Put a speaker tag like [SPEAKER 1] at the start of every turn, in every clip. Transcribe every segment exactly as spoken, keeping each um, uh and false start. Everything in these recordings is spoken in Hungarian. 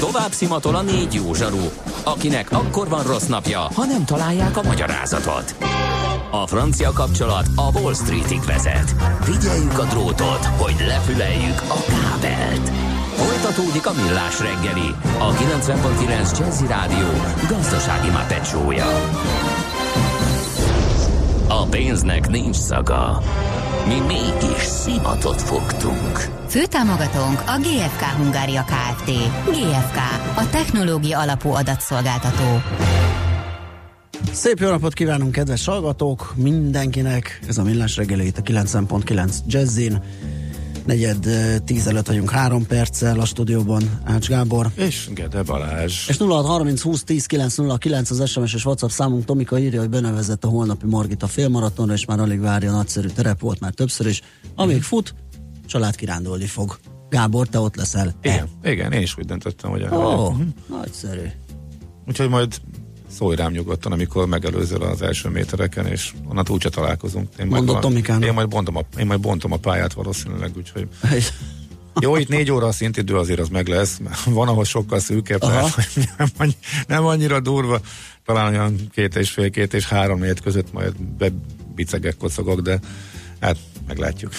[SPEAKER 1] Tovább szimatol a négy jó zsaru, akinek akkor van rossz napja, ha nem találják a magyarázatot. A francia kapcsolat a Wall Streetig vezet. Figyeljük a drótot, hogy lefüleljük a kábelt. Folytatódik a Millás reggeli, a kilencven pont kilenc Jazzy Rádió gazdasági Muppet show-ja. A pénznek nincs szaga. Mi mégis szimatot fogtunk.
[SPEAKER 2] Főtámogatónk a gé ef ká Hungária Kft. gé ef ká, a technológia alapú adatszolgáltató.
[SPEAKER 3] Szép jó napot kívánunk, kedves hallgatók, mindenkinek. Ez a Millás reggeli itt a kilencven pont kilenc Jazzin. Negyed tíz előtt vagyunk három perccel a stúdióban. Ács Gábor
[SPEAKER 4] és Gede Balázs.
[SPEAKER 3] És nulla hat harminc húsz tíz kilenc nulla kilenc az es em es és WhatsApp számunk. Tomika írja, hogy benevezett a holnapi Margita félmaratonra, és már alig várja, nagyszerű terep volt már többször is. Amíg mm. fut, család kirándulni fog. Gábor, te ott leszel?
[SPEAKER 4] Igen, igen, én is úgy döntöttem, hogy
[SPEAKER 3] Ó, oh, mm. nagyszerű.
[SPEAKER 4] Úgyhogy majd szólj rám nyugodtan, amikor megelőzöl az első métereken, és onnan úgyse találkozunk. Én majd,
[SPEAKER 3] Mondott Tomikának.
[SPEAKER 4] Én majd bontom a, én majd bontom a pályát valószínűleg, úgyhogy... Jó, itt négy óra a szintidő azért az meg lesz. Van, ahol sokkal szűkebb, tehát nem, annyi, nem annyira durva. Talán olyan két és fél, két és három négy között majd bebicegek, kocogok, de hát meglátjuk.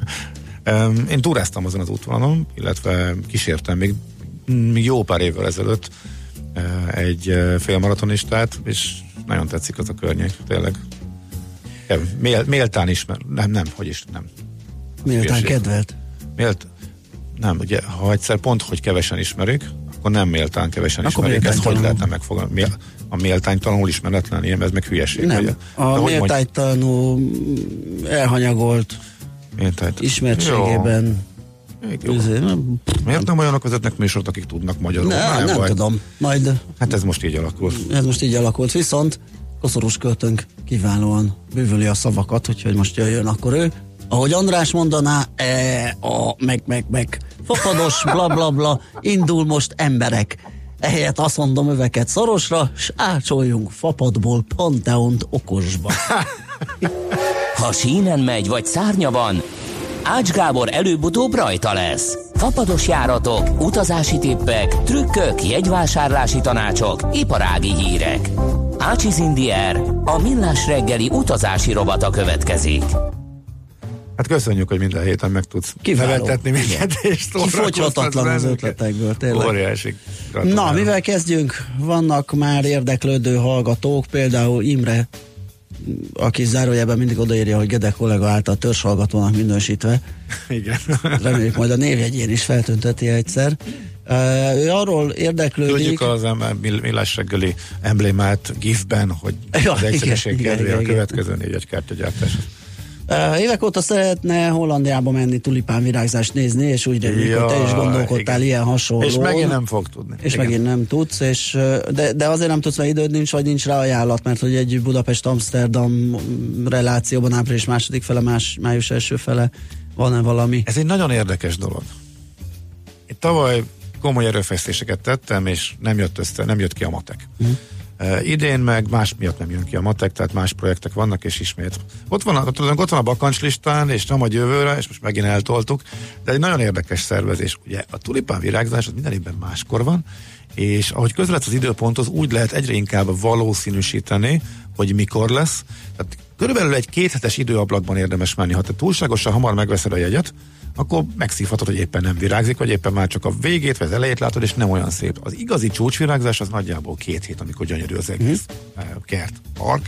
[SPEAKER 4] Én túráztam azon az útvonalon, illetve kísértem még, még jó pár évvel ezelőtt egy félmaratonistát, és nagyon tetszik az a környék, tényleg. Mél, méltán ismer, nem, nem, hogy is, nem.
[SPEAKER 3] Méltán kedvelt.
[SPEAKER 4] Mélt, nem, ugye, ha egyszer pont, hogy kevesen ismerik, akkor nem méltán kevesen akkor ismerik, ezt hogy lehetne megfogalmazni? A méltánytalanul ismeretlen, ilyen, ez meg hülyeség.
[SPEAKER 3] Nem,
[SPEAKER 4] ugye?
[SPEAKER 3] a méltánytalanul elhanyagolt Méltányt. ismertségében.
[SPEAKER 4] Jó. Miért nem olyanok vezetnek műsort, akik tudnak magyarul?
[SPEAKER 3] Ne, nem, nem tudom, majd...
[SPEAKER 4] Hát ez most így alakult.
[SPEAKER 3] Ez most így alakult, viszont koszorús költőnk kiválóan bűvöli a szavakat, úgyhogy most jöjjön akkor ő. Ahogy András mondaná, e, a, meg, meg, meg, fapados, bla, bla, bla, indul most emberek. Ehelyett azt mondom öveket szorosra, s ácsoljunk fapadból Panteont okosba.
[SPEAKER 1] Ha sínen megy, vagy szárnya van, Ács Gábor előbb-utóbb rajta lesz. Fapados járatok, utazási tippek, trükkök, jegyvásárlási tanácsok, iparági hírek. Ácsiz in the Air, a Millás reggeli utazási rovata következik.
[SPEAKER 4] Hát köszönjük, hogy minden héten meg tudsz nevettetni minket, és
[SPEAKER 3] kifogyhatatlan az ötletekből, tényleg.
[SPEAKER 4] Óriási.
[SPEAKER 3] Na, mivel kezdjünk? Vannak már érdeklődő hallgatók, például Imre, aki zárójelben mindig odaírja, hogy Gede kollega által törzshallgatónak minősítve.
[SPEAKER 4] Igen.
[SPEAKER 3] Reméljük majd a névjegyén is feltünteti egyszer. Uh, ő arról érdeklődik...
[SPEAKER 4] Tudjuk az Millás reggeli emblémát gifben, hogy
[SPEAKER 3] ja,
[SPEAKER 4] az egyszerűség kedvéért a következő
[SPEAKER 3] igen.
[SPEAKER 4] négy-egy kártyagyártás.
[SPEAKER 3] Uh, évek óta szeretne Hollandiába menni tulipánvirágzást nézni, és úgy reméljük, ja, hogy te is gondolkodtál igen. ilyen hasonló.
[SPEAKER 4] És megint nem fog tudni.
[SPEAKER 3] És
[SPEAKER 4] igen.
[SPEAKER 3] megint nem tudsz, és, de, de azért nem tudsz, mert időd nincs, vagy nincs rá ajánlat, mert hogy egy Budapest-Amsterdam relációban április második fele, más, május első fele van-e valami?
[SPEAKER 4] Ez egy nagyon érdekes dolog. Én tavaly komoly erőfeszítéseket tettem, és nem jött össze, nem jött ki a matek. Mm. Uh, idén meg más miatt nem jön ki a matek, tehát más projektek vannak, és ismét. Ott van a, ott van a bakancslistán, és nem a jövőre, és most megint eltoltuk, de egy nagyon érdekes szervezés. Ugye a tulipán virágzás az minden évben máskor van, és ahogy közeledsz az időponthoz, úgy lehet egyre inkább valószínűsíteni, hogy mikor lesz. Tehát körülbelül egy kéthetes időablakban érdemes menni. Ha te túlságosan hamar megveszed a jegyet, akkor megszívhatod, hogy éppen nem virágzik, vagy éppen már csak a végét, vagy az elejét látod, és nem olyan szép. Az igazi csúcsvirágzás az nagyjából két hét, amikor gyönyörű az egész mm. kert, park.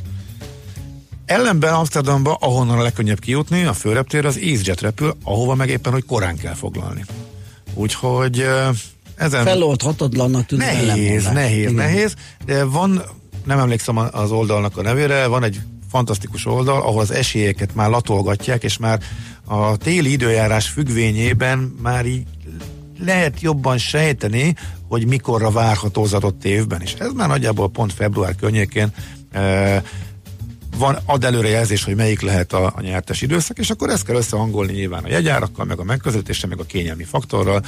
[SPEAKER 4] Ellenben Amsterdamba, ahonnan a legkönnyebb kijutni, a főreptér az EasyJet repül, ahova meg éppen, hogy korán kell foglalni. Úgyhogy ezen...
[SPEAKER 3] Feloldhatatlannak tűnik.
[SPEAKER 4] Nehéz, nehéz, Igen. nehéz, de van, nem emlékszem az oldalnak a nevére, van egy fantasztikus oldal, ahol az esélyeket már latolgatják, és már a téli időjárás függvényében már így lehet jobban sejteni, hogy mikorra várható az adott évben, és ez már nagyjából pont február környékén e, van, ad előrejelzés, hogy melyik lehet a, a nyertes időszak, és akkor ezt kell összehangolni nyilván a jegyárakkal, meg a megközelítéssel, meg a kényelmi faktorral.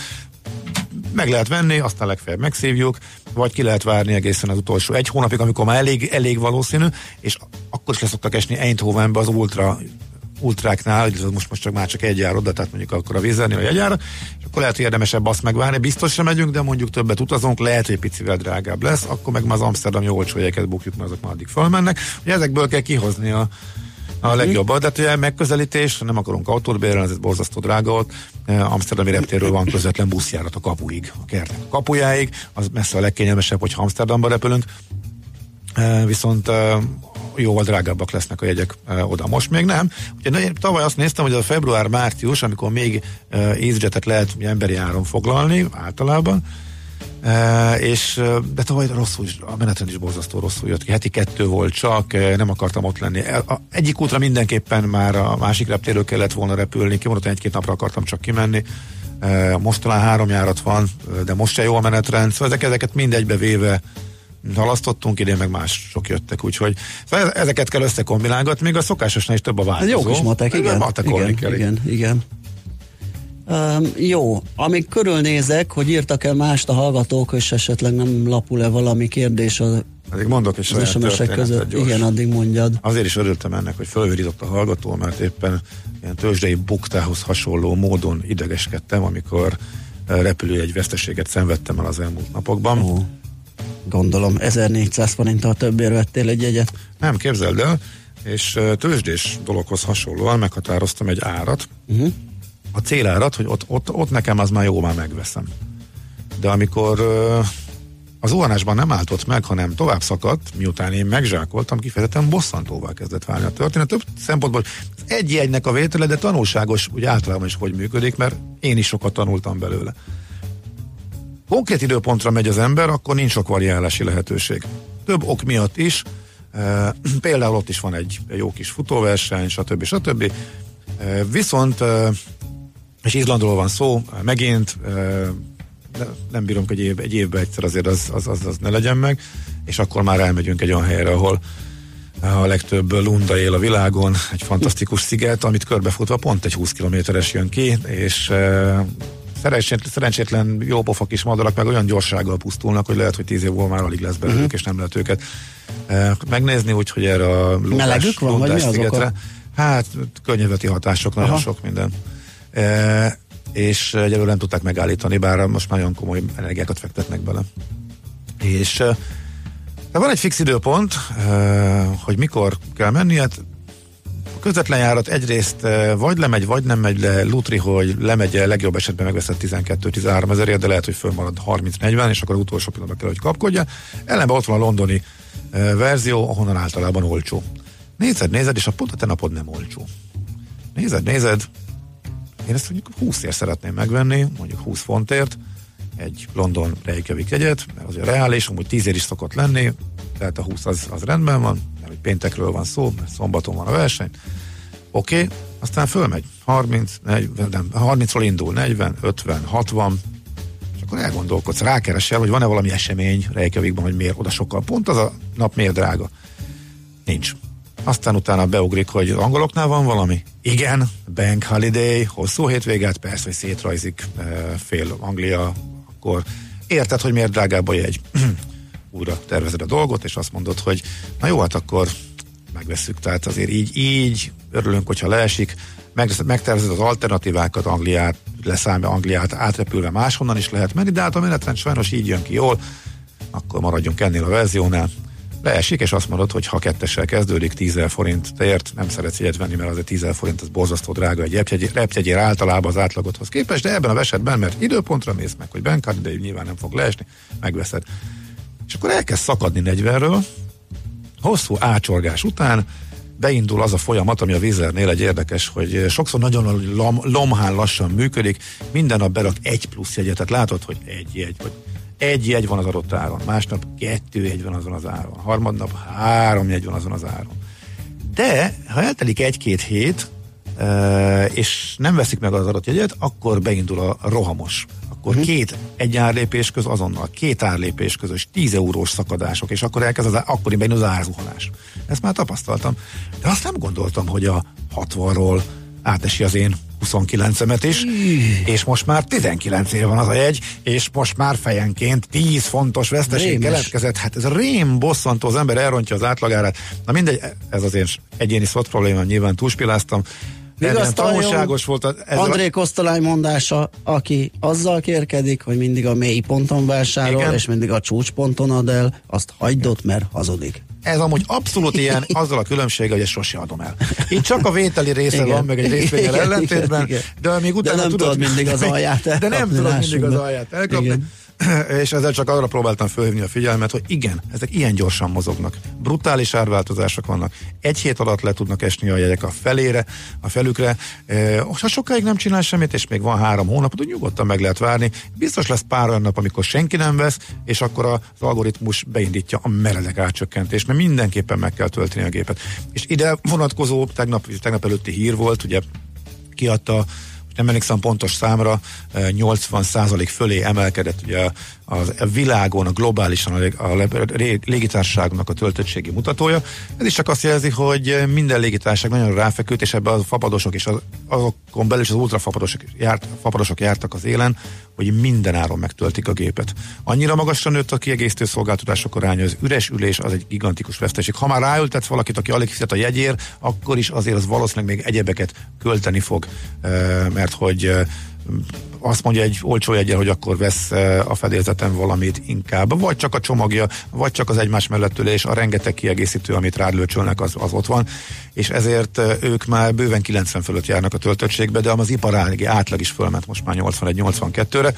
[SPEAKER 4] Meg lehet venni, aztán legfeljebb megszívjuk, vagy ki lehet várni egészen az utolsó egy hónapig, amikor már elég, elég valószínű, és akkor is leszoktak esni Eindhovenbe az ultra ultráknál, most, most csak már csak egy jár oda, tehát mondjuk akkor a vízernél a jegyára, és akkor lehet, hogy érdemesebb azt megvárni, biztos sem megyünk, de mondjuk többet utazunk, lehet, hogy picivel drágább lesz, akkor meg már az amszterdami olcsó jegyeket bukjuk, mert azok már addig fölmennek. Ugye ezekből kell kihozni a, a legjobbat, de hát ugye megközelítés, nem akarunk autót bérelni, ez borzasztó drága ott. Amszterdami reptérről van közvetlen buszjárat a kapuig, a kertek a kapujáig, az messze a legkényelmesebb, hogyha Amsterdamba repülünk, viszont jóval drágábbak lesznek a jegyek oda. Most még nem. Ugye tavaly azt néztem, hogy a február-március, amikor még EasyJetet lehet emberi áron foglalni általában, és de tavaly rosszul, a menetrend is borzasztó rosszul jött ki. Heti kettő volt csak, nem akartam ott lenni. A egyik útra mindenképpen már a másik reptérről kellett volna repülni, kimondottan egy-két napra akartam csak kimenni. Most talán három járat van, de most se jó a menetrend, szóval ezek, ezeket mindegybe véve halasztottunk, idén meg mások jöttek, úgyhogy szóval ezeket kell összekombinálgatni, még a szokásosnál is több a változó.
[SPEAKER 3] Jó kis matek, igen. Igen,
[SPEAKER 4] kell,
[SPEAKER 3] igen, igen. Um, jó, amíg körülnézek, hogy írtak-e mást a hallgatók, és esetleg nem lapul-e valami kérdés az,
[SPEAKER 4] addig mondok is
[SPEAKER 3] az es em es-ek között. Igen, addig mondjad.
[SPEAKER 4] Azért is örültem ennek, hogy fölvirított a hallgató, mert éppen ilyen tőzsdei buktához hasonló módon idegeskedtem, amikor repülőjegy veszteséget szenvedtem el az elmúlt napokban.
[SPEAKER 3] Oh. Gondolom, ezernégyszáz forinttal többért vettél egy jegyet.
[SPEAKER 4] Nem, képzeld el, és tőzsdés dologhoz hasonlóan meghatároztam egy árat, uh-huh. a célárat, hogy ott, ott, ott nekem az már jó, már megveszem. De amikor uh, az zuhanásban nem állt ott meg, hanem tovább szakadt, miután én megzsákoltam, kifejezetten bosszantóvá kezdett válni a történet. Több szempontból egy jegynek a vétele, de tanulságos, úgy általában is hogy működik, mert én is sokat tanultam belőle. Konkrét időpontra megy az ember, akkor nincs sok variálási lehetőség. Több ok miatt is, e, például ott is van egy, egy jó kis futóverseny, stb. stb. E, viszont, e, és Izlandról van szó, megint, e, nem bírom, hogy egy, év, egy évben egyszer azért az, az, az, az ne legyen meg, és akkor már elmegyünk egy olyan helyre, ahol a legtöbb lunda él a világon, egy fantasztikus sziget, amit körbefutva pont egy húsz kilométeres jön ki, és e, Szerencsétlen, szerencsétlen jópofa kis madarak meg olyan gyorsággal pusztulnak, hogy lehet, hogy tíz év múlva már alig lesz belőlük, uh-huh. és nem lehet őket e, megnézni, úgyhogy erre a
[SPEAKER 3] melegük van, vagy mi azok a...
[SPEAKER 4] Hát, környezeti hatások, nagyon Aha. sok minden. E, és egyelőre nem tudták megállítani, bár most nagyon komoly energiákat fektetnek bele. És de van egy fix időpont, e, hogy mikor kell menni, hát közvetlen járat egyrészt vagy lemegy, vagy nem megy le, lutri, hogy lemegy, legjobb esetben megveszed tizenkettő-tizenhárom ezerért, de lehet, hogy fölmarad harminc-negyven, és akkor utolsó pillanatban kell, hogy kapkodja. Ellenben ott van a londoni uh, verzió, ahonnan általában olcsó. Nézed, nézed, és a pont a te napod nem olcsó. Nézed, nézed, én ezt mondjuk húszért szeretném megvenni, mondjuk húsz fontért, egy London Reykjavik jegyet, mert azért reális, amúgy tízért is szokott lenni, tehát a húsz az, az rendben van, hogy péntekről van szó, mert szombaton van a verseny. Oké, okay, aztán fölmegy. harminc, negyven, nem, harmincról indul, negyven, ötven, hatvan, és akkor elgondolkodsz, rákeresel, hogy van-e valami esemény Reykjavikban, hogy miért oda sokkal. Pont az a nap miért drága. Nincs. Aztán utána beugrik, hogy az angoloknál van valami. Igen, Bank Holiday, hosszú hétvégét, persze, hogy szétrajzik e, fél Anglia, akkor érted, hogy miért drágább a jegy. Újra tervezed a dolgot, és azt mondod, hogy na jó, hát akkor megvesszük, tehát azért így, így örülünk, hogyha leesik, meg, megtervezed az alternatívákat, Angliát, leszállva Angliát átrepülve máshonnan is lehet menni, de hát a menetrend sajnos így jön ki jól, akkor maradjunk ennél a verziónál. Leesik, és azt mondod, hogy ha kettessel kezdődik, tízezer forintért nem szeretsz jegyet venni, mert azért tízezer forint az borzasztó drága egy repjegyér általában az átlagothoz képest, de ebben a esetben, mert időpontra mész meg, hogy Bank Holiday nyilván nem fog leesni, megveszed. És akkor elkezd szakadni negyvenről, hosszú ácsorgás után beindul az a folyamat, ami a Wizzairnél egy érdekes, hogy sokszor nagyon lom, lomhán lassan működik, minden nap berak egy plusz jegyet, tehát látod, hogy egy jegy, vagy egy jegy van az adott áron, másnap kettő jegy van azon az áron, harmadnap három jegy van azon az áron. De, ha eltelik egy-két hét, és nem veszik meg az adott jegyet, akkor beindul a rohamos. Akkor hmm. két egy árlépés köz azonnal, két árlépés közös, tíz eurós szakadások, és akkor elkezd az, akkor beindul az árzuhanás. Ezt már tapasztaltam. De azt nem gondoltam, hogy a hatvanról átesi az én huszonkilencemet is, mm. és most már tizenkilenc éve van az a jegy, és most már fejenként tíz fontos veszteség keletkezett. Hát ez rém bosszantó, az ember elrontja az átlagárát. Na mindegy, ez az én egyéni szot problémám, nyilván túlspiláztam. tanulságos volt. Ez
[SPEAKER 3] André Kosztolány mondása, aki azzal kérkedik, hogy mindig a mély ponton vásárol, igen, és mindig a csúcsponton ad el, azt hagyd ott, mert hazudik.
[SPEAKER 4] Ez amúgy abszolút ilyen, azzal a különbsége, hogy ezt sose adom el. Itt csak a vételi része van, meg egy részvényel ellentétben, igen, de még utána
[SPEAKER 3] de nem
[SPEAKER 4] tudod,
[SPEAKER 3] tudod mindig az alját elkapni.
[SPEAKER 4] De nem tudod mindig az alját elkapni. Igen. És ezzel csak arra próbáltam fölhívni a figyelmet, hogy igen, ezek ilyen gyorsan mozognak. Brutális árváltozások vannak. Egy hét alatt le tudnak esni a jegyek a felére, a felükre. Ha sokáig nem csinál semmit, és még van három hónapot, hogy nyugodtan meg lehet várni. Biztos lesz pár olyan nap, amikor senki nem vesz, és akkor az algoritmus beindítja a meredek átcsökkentést, mert mindenképpen meg kell tölteni a gépet. És ide vonatkozó tegnap, tegnap előtti hír volt, ugye kiadta, nem emlékszem pontos számra, nyolcvan százalék fölé emelkedett ugye a, a világon, a globálisan a, a, a légitársaságnak a töltöttségi mutatója. Ez is csak azt jelzi, hogy minden légitársaság nagyon ráfeküdt, és ebben a fapadosok és az, azokon belül is az ultrafapadosok járt, fapadosok jártak az élen, hogy minden áron megtöltik a gépet. Annyira magasra nőtt a kiegészítő szolgáltatások aránya, az üres ülés az egy gigantikus veszteség. Ha már ráültetsz valakit, aki alig fizet a jegyért, akkor is azért az valószínűleg még egyebeket költeni fog, mert hogy azt mondja egy olcsó jeggyel, hogy akkor vesz a fedélzeten valamit inkább, vagy csak a csomagja, vagy csak az egymás mellett ülés, a rengeteg kiegészítő, amit rád lőcsölnek, az, az ott van, és ezért ők már bőven kilencven fölött járnak a töltöttségbe, de az iparági átlag is fölment most már nyolcvanegy nyolcvankettőre,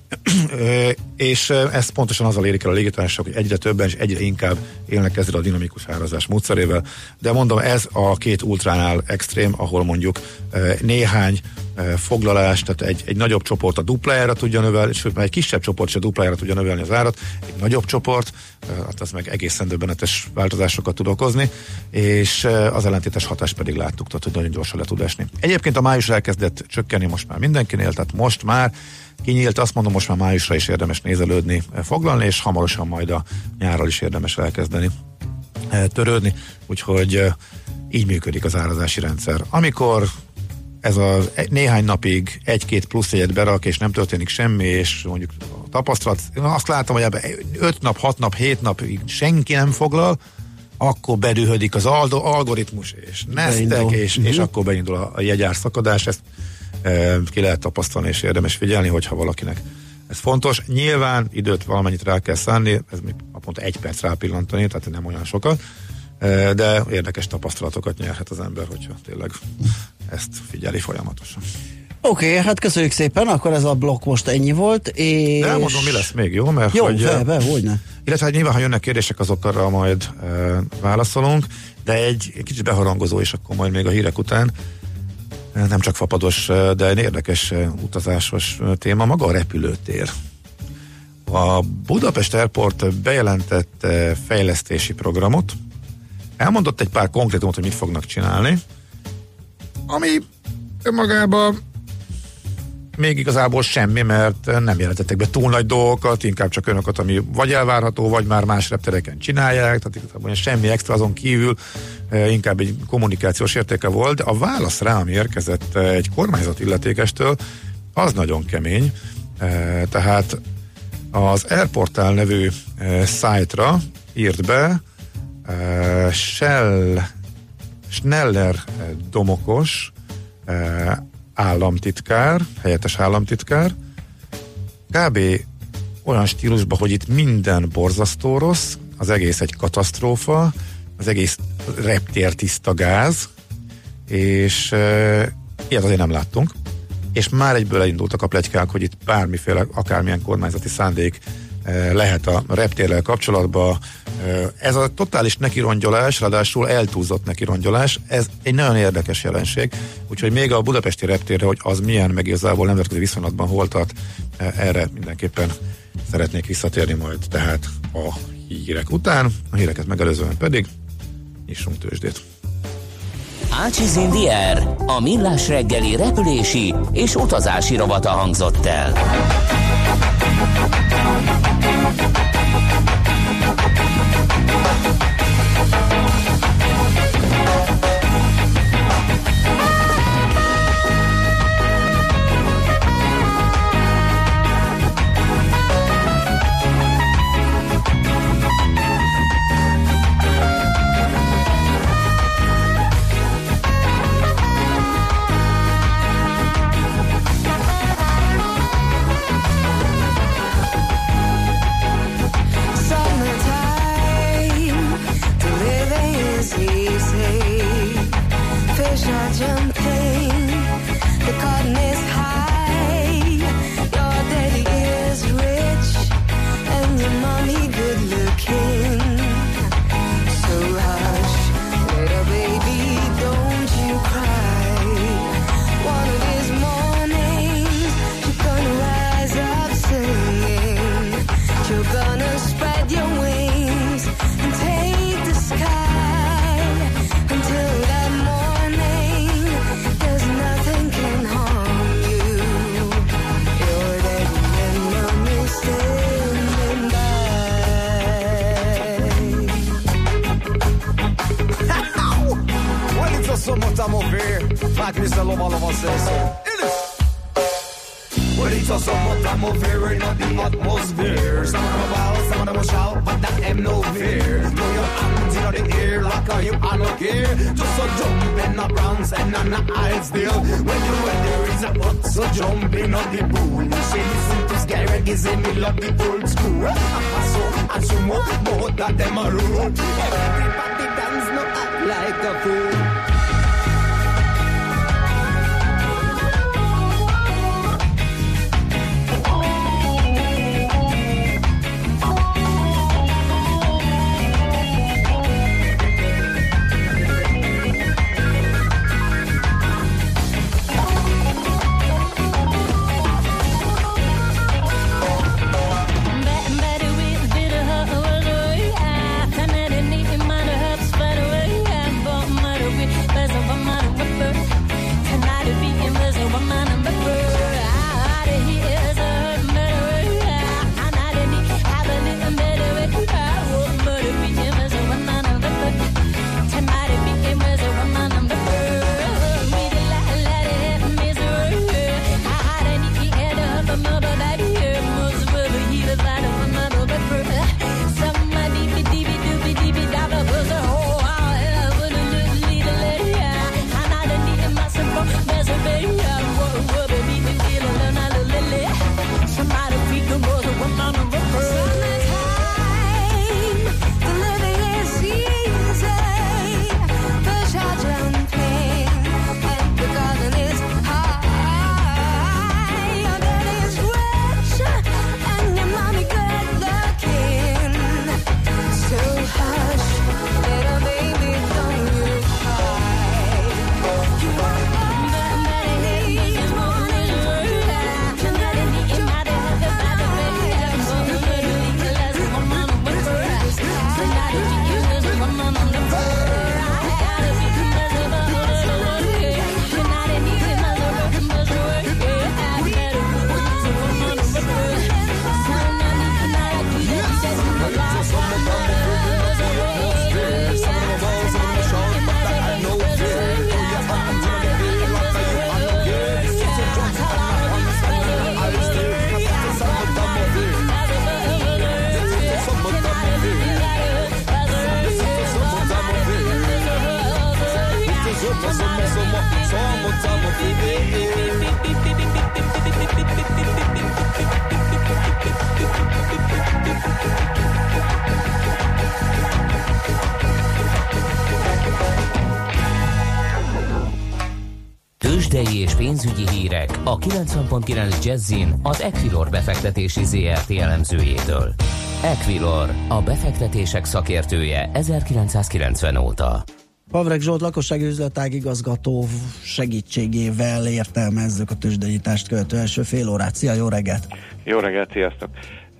[SPEAKER 4] és ezt pontosan azzal érik el a légitársaságok, hogy egyre többen és egyre inkább élnek ezzel a dinamikus árazás módszerével, de mondom, ez a két ultránál extrém, ahol mondjuk néhány foglalás, tehát egy, egy nagyobb csoport a duplájára tudja növelni, sőt, már egy kisebb csoport se duplájára tudja növelni az árat, egy nagyobb csoport, hát az meg egészen döbbenetes változásokat tud okozni, és az ellentétes hatást pedig láttuk, tehát hogy nagyon gyorsan le tud esni. Egyébként a május elkezdett csökkenni most már mindenkinél, tehát most már kinyílt, azt mondom, most már májusra is érdemes nézelődni, foglalni, és hamarosan majd a nyárral is érdemes elkezdeni törődni, úgyhogy így működik az árazási rendszer. Amikor ez a néhány napig egy-két plusz jegyet berak, és nem történik semmi, és mondjuk a tapasztalat, én azt látom, hogy ebben öt nap, hat nap, hét napig senki nem foglal, akkor bedühödik az algoritmus, és nesztek, és, és uh-huh. akkor beindul a, a jegyárszakadás, ezt e, ki lehet tapasztalni, és érdemes figyelni, hogyha valakinek ez fontos. Nyilván időt valamennyit rá kell szánni, ez még naponta egy perc rápillantani, tehát nem olyan sokat, e, de érdekes tapasztalatokat nyerhet az ember, hogyha tényleg ezt figyeli folyamatosan.
[SPEAKER 3] Oké, okay, hát köszönjük szépen, akkor ez a blokk most ennyi volt, és...
[SPEAKER 4] De elmondom, mi lesz még, jó? Mert
[SPEAKER 3] jó,
[SPEAKER 4] hogy,
[SPEAKER 3] be, be, hogyne.
[SPEAKER 4] Illetve hát nyilván, ha jönnek kérdések, azokra majd e, válaszolunk, de egy, egy kicsit beharangozó, és akkor majd még a hírek után, e, nem csak fapados, de egy érdekes e, utazásos téma, maga a repülőtér. A Budapest Airport bejelentett e, fejlesztési programot, elmondott egy pár konkrétumot, hogy mit fognak csinálni, ami magában még igazából semmi, mert nem jelentettek be túl nagy dolgokat, inkább csak önöket, ami vagy elvárható, vagy már más reptereken csinálják, tehát igazából semmi extra azon kívül, inkább egy kommunikációs értéke volt, de a válasz rá, ami érkezett egy kormányzat illetékestől, az nagyon kemény, tehát az Airportál nevű szájtra írt be Shell Schneller Domokos államtitkár, helyettes államtitkár, kb. Olyan stílusban, hogy itt minden borzasztó rossz, az egész egy katasztrófa, az egész reptér tiszta gáz, és e, ilyet azért nem láttunk, és már egyből elindultak a pletykák, hogy itt bármiféle, akármilyen kormányzati szándék e, lehet a reptérrel kapcsolatban. E, ez a totális nekirongyolás, ráadásul eltúlzott nekirongyolás, ez egy nagyon érdekes jelenség, úgyhogy még a budapesti reptérre, hogy az milyen, meg igazából nemzetközi viszonylatban hol tart, e, erre mindenképpen szeretnék visszatérni majd, tehát a hírek után, a híreket megelőzően pedig nyissunk tőzsdét.
[SPEAKER 1] Ácsiz in the Air, a millás reggeli repülési és utazási rovata hangzott el.
[SPEAKER 5] mover, like Mister Lova Lova says so. Well, it's a summertime affair in the atmosphere. Some of them bow, some of them shout, but that ain't no fear. Throw your hands in the air like a you are no care. Just a jump in the bronze and on the ice still. When you weather is a hot, so jump in on the pool. She listen to scary, gives me love the old school. So, and so more, both of them are rule. Everybody dance, no act like a fool.
[SPEAKER 1] Tőzsdei és pénzügyi hírek a kilencven pont kilenc Jazzin az Equilor befektetési zé er té elemzőjétől. Equilor, a befektetések szakértője ezerkilencszázkilencven óta.
[SPEAKER 3] Pavreg Zsolt lakossági üzletág igazgató segítségével értelmezzük a tőzsdeinyitást követő első fél órát. Szia, jó reggelt!
[SPEAKER 6] Jó reggelt, sziasztok!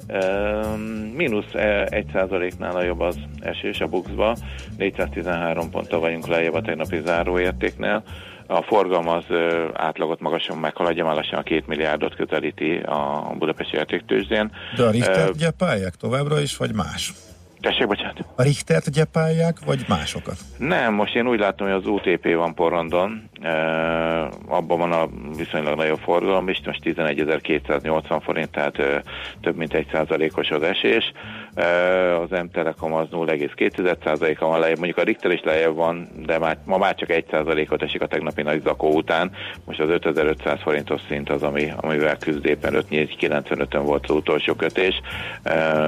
[SPEAKER 6] Uh, mínusz egy százaléknál a jobb az esés a buxba, négyszáztizenhárom ponttal vagyunk lejjebb a tegnapi záróértéknél. A forgalom az uh, átlagot magasan meghaladja, már lassan a két milliárdot közelíti a budapesti értéktőzsdén.
[SPEAKER 4] De a Richtert
[SPEAKER 6] uh,
[SPEAKER 4] gyepálják továbbra is, vagy más?
[SPEAKER 6] Tessék, bocsánat.
[SPEAKER 4] A Richtert gyepálják, vagy másokat?
[SPEAKER 6] Nem, most én úgy látom, hogy az u té pé van porondon, e, abban van a viszonylag nagyobb forgalom, és most tizenegyezer-kétszáznyolcvan forint, tehát e, több mint egy százalékos az esés. E, az M-Telekom az nulla egész két százaléka van lejjebb, mondjuk a Richter is lejjebb van, de már, ma már csak egy százalékot esik a tegnapi nagy zakó után. Most az ötezer-ötszáz forintos szint az, ami, amivel küzd éppen öt négy kilencvenötön volt az utolsó kötés, e,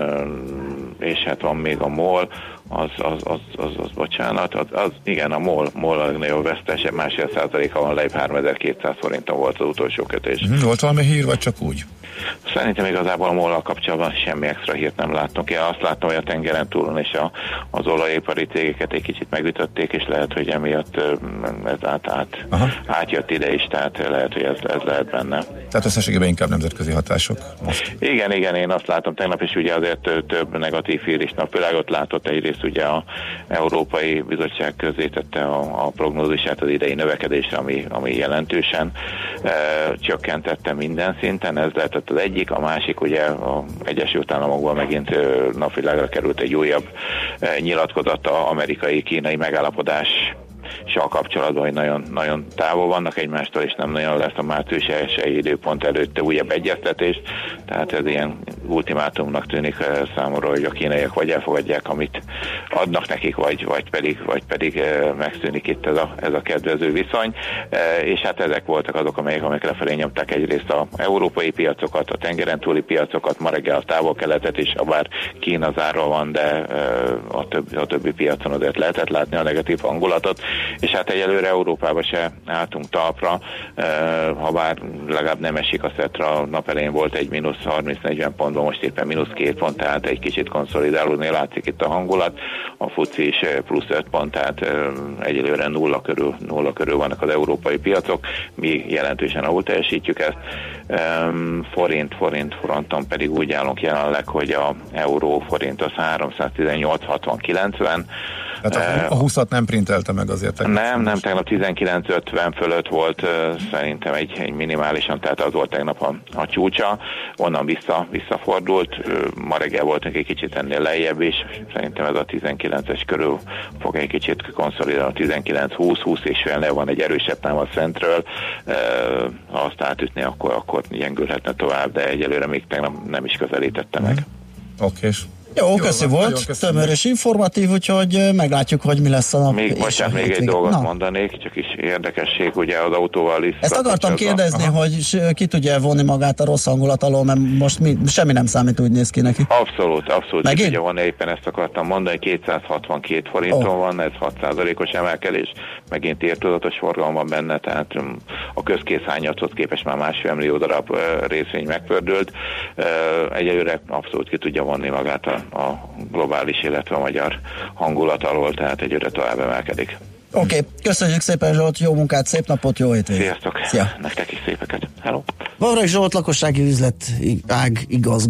[SPEAKER 6] és hát van még a MOL, az, az, az, az, az bocsánat, az, az igen, a MOL, MOL a legnagyobb vesztes, másfél százaléka van lejjebb, háromezer-kétszáz forinton volt az utolsó kötés.
[SPEAKER 4] Hmm, volt valami hír, vagy csak úgy?
[SPEAKER 6] Szerintem igazából a MOL-al kapcsolatban semmi extra hírt nem láttunk. Én azt látom, hogy a tengeren túlon és a, az olajipari cégeket egy kicsit megütötték, és lehet, hogy emiatt ez át, át, átjött ide is, tehát lehet, hogy ez, ez lehet benne.
[SPEAKER 4] Tehát összességében inkább nemzetközi hatások most.
[SPEAKER 6] Igen, igen, én azt látom, tegnap is ugye azért több negatív hír is napvilágot látott, egyrészt ugye a Európai Bizottság közzétette a, a prognózisát az idei növekedésre, ami, ami jelentősen e, csökkentette minden szinten, ez lehetett az egyik, a másik ugye az Egyesült Államokban megint napvilágra került egy újabb e, nyilatkozata amerikai-kínai megállapodás kapcsolatban, hogy nagyon, nagyon távol vannak egymástól, és nem nagyon lesz a március elsői időpont előtte újabb egyeztetés, tehát ez ilyen ultimátumnak tűnik számomra, hogy a kínaiak vagy elfogadják, amit adnak nekik, vagy, vagy pedig, vagy pedig megszűnik itt ez a, ez a kedvező viszony, és hát ezek voltak azok, amelyek, amelyek lefelé nyomták egyrészt az európai piacokat, a tengeren túli piacokat, ma reggel a távol-keletet is, bár Kína zárva van, de a többi, a többi piacon azért lehetett látni a negatív hangulatot, és hát egyelőre Európába se álltunk talpra, ha bár legalább nem esik a szetra, a nap elején volt egy mínusz harminc-negyven pontban, most éppen mínusz két pont, tehát egy kicsit konszolidálódni látszik itt a hangulat, a fuci is plusz öt pont, tehát egyelőre nulla körül, nulla körül vannak az európai piacok, mi jelentősen ahol teljesítjük ezt. Forint, forint fronton pedig úgy állunk jelenleg, hogy a euró forint az háromszáztizennyolc hatvan kilencven.
[SPEAKER 7] Tehát a húszat nem printelte meg azért?
[SPEAKER 6] Tegnap. Nem, nem, tegnap tizenkilenc ötven fölött volt szerintem egy, egy minimálisan, tehát az volt tegnap a, a csúcsa, onnan vissza, visszafordult, ma reggel voltunk egy kicsit ennél lejjebb is, szerintem ez a tizenkilences körül fog egy kicsit konszolidálni, a tizenkilenc húsz, húsz és fél van egy erősebb támad szentről, ha azt átütné, akkor, akkor gyengülhetne tovább, de egyelőre még tegnap nem is közelítette meg.
[SPEAKER 7] Mm. Oké.
[SPEAKER 3] Jó, Jó köszi volt, tömör és informatív, úgyhogy meglátjuk, hogy mi lesz a nap.
[SPEAKER 6] Még, bocsánat, még egy dolgot Na. mondanék, csak is érdekesség, ugye az autóval is.
[SPEAKER 3] Ezt akartam kérdezni, a... hogy ki tudja vonni magát a rossz hangulat alól, mert most mi, semmi nem számít, úgy néz ki neki.
[SPEAKER 6] Abszolút, abszolút. Megint? Ki tudja vonni, éppen ezt akartam mondani, kétszázhatvankét forinton oh. van, ez hat százalékos emelkedés, megint értudatos forgalom van benne, tehát a közkészhányathoz képest már másfél millió darab részvény megpördült. Egyelőre abszolút ki tudja vonni magát a a globális, illetve a magyar hangulat alól, tehát egyre tovább emelkedik.
[SPEAKER 3] Oké, okay. Köszönjük szépen Zsolt, jó munkát, szép napot, jó hétvégét!
[SPEAKER 6] Sziasztok!
[SPEAKER 3] Szia.
[SPEAKER 6] Nektek is szépeket! Hello!
[SPEAKER 3] Vavrai Zsolt lakossági üzletág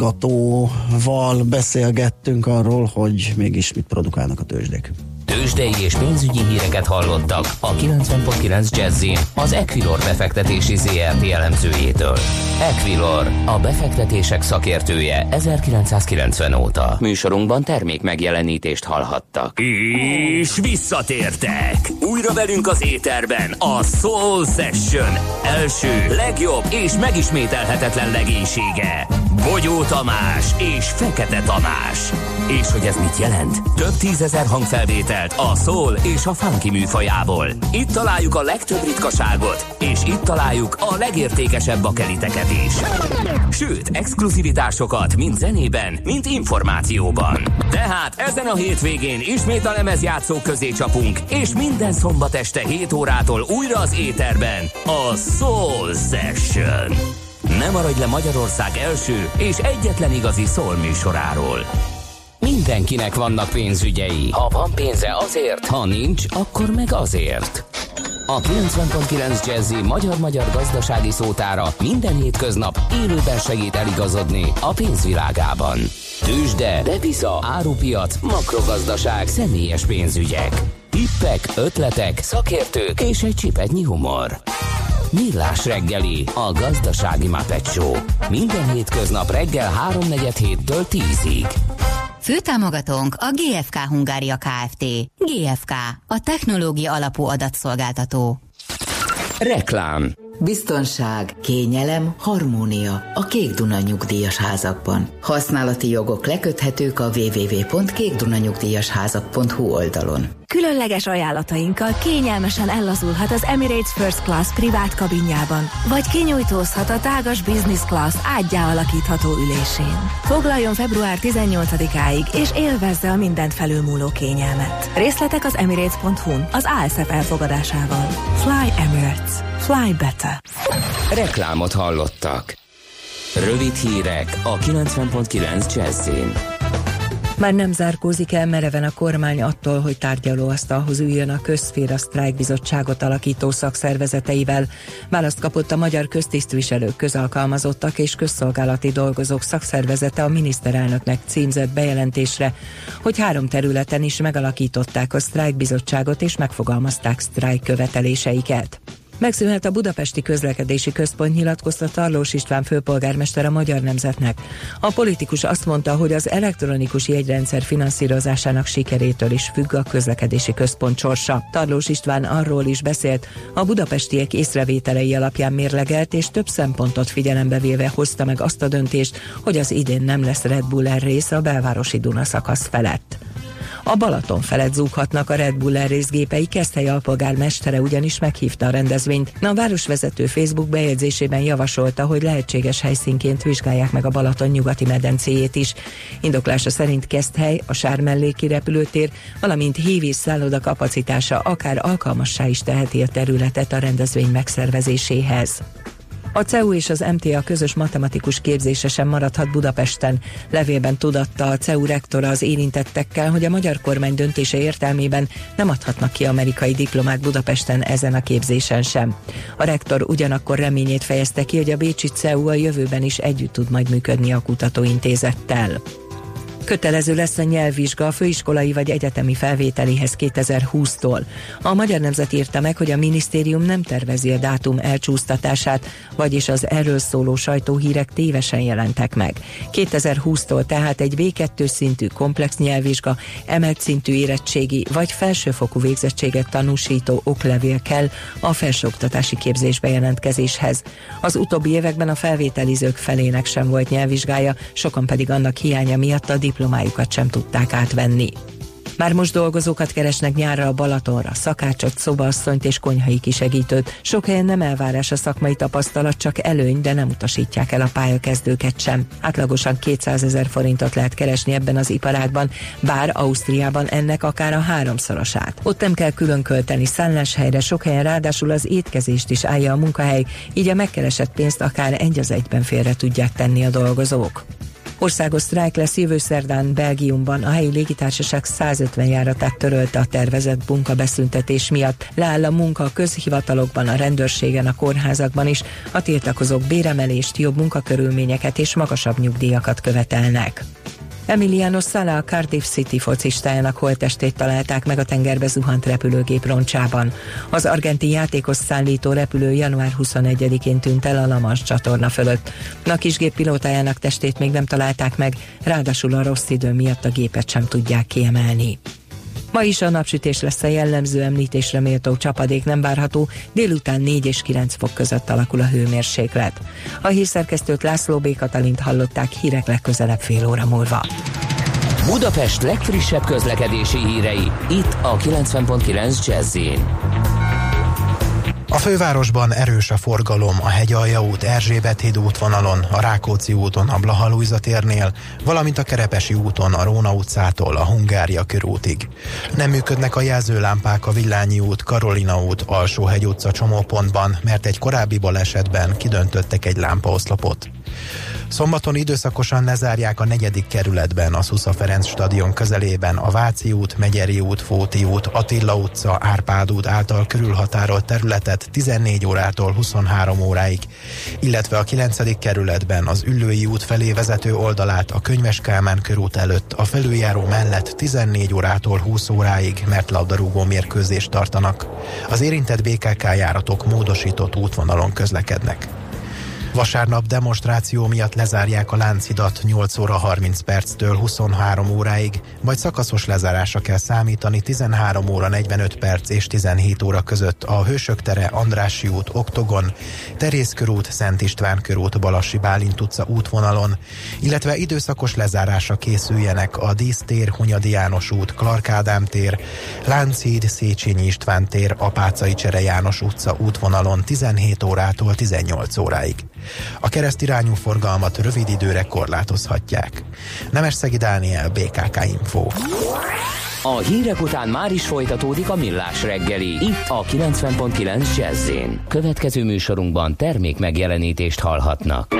[SPEAKER 3] igazgatóval beszélgettünk arról, hogy mégis mit produkálnak a tőzsdék.
[SPEAKER 1] Tőzsdei és pénzügyi híreket hallottak a kilencven pont kilenc Jazzin az Equilor befektetési zé er té elemzőjétől. Equilor, a befektetések szakértője ezerkilencszázkilencven óta. Műsorunkban termék megjelenítést hallhattak. És visszatértek! Újra velünk az éterben a Soul Session első, legjobb és megismételhetetlen legénysége. Bogyó Tamás és Fekete Tamás. És hogy ez mit jelent? Több tízezer hangfelvételt a soul és a funky műfajából. Itt találjuk a legtöbb ritkaságot, és itt találjuk a legértékesebb bakeliteket is. Sőt, exkluzivitásokat mind zenében, mind információban. Tehát ezen a hétvégén ismét a lemezjátszók közé csapunk, és minden szombat este hét órától újra az éterben a Soul Session. Ne maradj le Magyarország első és egyetlen igazi soul műsoráról. Mindenkinek vannak pénzügyei. Ha van pénze azért, ha nincs, akkor meg azért. A kilencven pont kilenc Jazzy magyar-magyar gazdasági szótára minden hétköznap élőben segít eligazodni a pénzvilágában. Tőzsde, depisza, árupiac, makrogazdaság, személyes pénzügyek. Tippek, ötletek, szakértők és egy csipetnyi humor. Millás reggeli, a gazdasági Muppet Show. Minden hétköznap reggel háromnegyed héttől tízig.
[SPEAKER 2] Főtámogatónk a gé ef ká Hungária Kft. gé ef ká, a technológia alapú adatszolgáltató.
[SPEAKER 1] Reklám.
[SPEAKER 8] Biztonság, kényelem, harmónia a Kék Duna nyugdíjas házakban. Használati jogok leköthetők a double-u double-u double-u pont kék duna nyugdíjas házak pont hu oldalon.
[SPEAKER 9] Különleges ajánlatainkkal kényelmesen ellazulhat az Emirates First Class privát kabinjában, vagy kinyújtózhat a tágas Business Class ággyá alakítható ülésén. Foglaljon február tizennyolcadikáig, és élvezze a mindent felülmúló kényelmet. Részletek az emirates pont hu-n az á es ef elfogadásával. Fly Emirates. Fly better.
[SPEAKER 1] Reklámot hallottak. Rövid hírek a kilencven pont kilenc Jazzin.
[SPEAKER 10] Már nem zárkózik el mereven a kormány attól, hogy tárgyalóasztalhoz üljön a Közszféra Sztrájkbizottságot alakító szakszervezeteivel. Választ kapott a Magyar Köztisztviselők, Közalkalmazottak és Közszolgálati Dolgozók Szakszervezete a miniszterelnöknek címzett bejelentésre, hogy három területen is megalakították a sztrájkbizottságot és megfogalmazták sztrájk követeléseiket. Megszűnhet a Budapesti Közlekedési Központ, nyilatkozta Tarlós István főpolgármester a Magyar Nemzetnek. A politikus azt mondta, hogy az elektronikus jegyrendszer finanszírozásának sikerétől is függ a közlekedési központ sorsa. Tarlós István arról is beszélt, a budapestiek észrevételei alapján mérlegelt és több szempontot figyelembe véve hozta meg azt a döntést, hogy az idén nem lesz Red Bull Air rész a belvárosi Duna szakasz felett. A Balaton felett zúghatnak a Red Bull Air részgépei, Keszthely alpolgármestere ugyanis meghívta a rendezvényt. A városvezető Facebook bejegyzésében javasolta, hogy lehetséges helyszínként vizsgálják meg a Balaton nyugati medencéjét is. Indoklása szerint Keszthely, a Sármelléki repülőtér, valamint hív- szálloda kapacitása akár alkalmassá is teheti a területet a rendezvény megszervezéséhez. A cé e u és az em té á közös matematikus képzése sem maradhat Budapesten. Levélben tudatta a cé e u rektora az érintettekkel, hogy a magyar kormány döntése értelmében nem adhatnak ki amerikai diplomát Budapesten ezen a képzésen sem. A rektor ugyanakkor reményét fejezte ki, hogy a bécsi cé e u a jövőben is együtt tud majd működni a kutatóintézettel. Kötelező lesz a nyelvvizsga a főiskolai vagy egyetemi felvételéhez kétezer-húsztól. A Magyar Nemzet írta meg, hogy a minisztérium nem tervezi a dátum elcsúsztatását, vagyis az erről szóló sajtóhírek tévesen jelentek meg. kétezer-húsztól tehát egy bé kettő szintű komplex nyelvvizsga, emelt szintű érettségi vagy felsőfokú végzettséget tanúsító oklevél kell a felsőoktatási képzésbe jelentkezéshez. Az utóbbi években a felvételizők felének sem volt nyelvvizsgája, sokan pedig annak hiánya miatt a diplomájukat sem tudták átvenni. Már most dolgozókat keresnek nyárra a Balatonra, szakácsot, szobaasszonyt és konyhai kisegítőt. Sok helyen nem elvárás a szakmai tapasztalat, csak előny, de nem utasítják el a pályakezdőket sem. Átlagosan kétszázezer forintot lehet keresni ebben az iparágban, bár Ausztriában ennek akár a háromszorosát. Ott nem kell külön költeni szálláshelyre, sok helyen ráadásul az étkezést is állja a munkahely, így a megkeresett pénzt akár egy az egyben félre tudják tenni a dolgozók. Országos sztrájk lesz jövő szerdán Belgiumban. A helyi légitársaság százötven járatát törölte a tervezett munkabeszüntetés miatt. Leáll a munka a közhivatalokban, a rendőrségen, a kórházakban is. A tiltakozók béremelést, jobb munkakörülményeket és magasabb nyugdíjakat követelnek. Emiliano Sala, a Cardiff City focistájának holttestét találták meg a tengerbe zuhant repülőgép roncsában. Az argentin játékos szállító repülő január huszonegyedikén tűnt el a La Manche csatorna fölött. A kisgép pilótájának testét még nem találták meg, ráadásul a rossz idő miatt a gépet sem tudják kiemelni. Ma is a napsütés lesz a jellemző, említésre méltó csapadék nem várható, délután négy és kilenc fok között alakul a hőmérséklet. A hírszerkesztőt, László B. Katalint hallották, hírek legközelebb fél óra múlva.
[SPEAKER 1] Budapest legfrissebb közlekedési hírei, itt a kilencven pont kilenc Jazz-in.
[SPEAKER 11] A fővárosban erős a forgalom a Hegyalja út, Erzsébet híd útvonalon, a Rákóczi úton a Blaha Lujza térnél, valamint a Kerepesi úton a Róna utcától a Hungária körútig. Nem működnek a jelzőlámpák a Villányi út, Karolina út, Alsóhegy utca csomópontban, mert egy korábbi balesetben kidöntöttek egy lámpaoszlopot. Szombaton időszakosan lezárják a negyedik kerületben, a Szusza Ferenc stadion közelében a Váci út, Megyeri út, Fóti út, Attila utca, Árpád út által körülhatárolt területet tizennégy órától huszonhárom óráig, illetve a kilencedik kerületben az Üllői út felé vezető oldalát a Könyves Kálmán körút előtt a felüljáró mellett tizennégy órától húsz óráig, mert labdarúgó mérkőzést tartanak. Az érintett bé ká ká járatok módosított útvonalon közlekednek. Vasárnap demonstráció miatt lezárják a Lánchidat nyolc óra harminc perctől huszonhárom óráig, majd szakaszos lezárásra kell számítani tizenhárom óra negyvenöt perc és tizenhét óra között a Hősök tere, Andrássy út, Oktogon, Terész körút, Szent István körút, Balassi Bálint utca útvonalon, illetve időszakos lezárásra készüljenek a Dísztér, Hunyadi János út, Clark Ádám tér, Lánchíd, Széchenyi István tér, Apáczai Csere János utca útvonalon tizenhét órától tizennyolc óráig. A keresztirányú forgalmat rövid időre korlátozhatják. Nemesszegi Dániel, bé ká ká Info.
[SPEAKER 1] A hírek után már is folytatódik a Millás reggeli, itt a kilencven pont kilenc Jazz-in. Következő műsorunkban termék megjelenítést hallhatnak.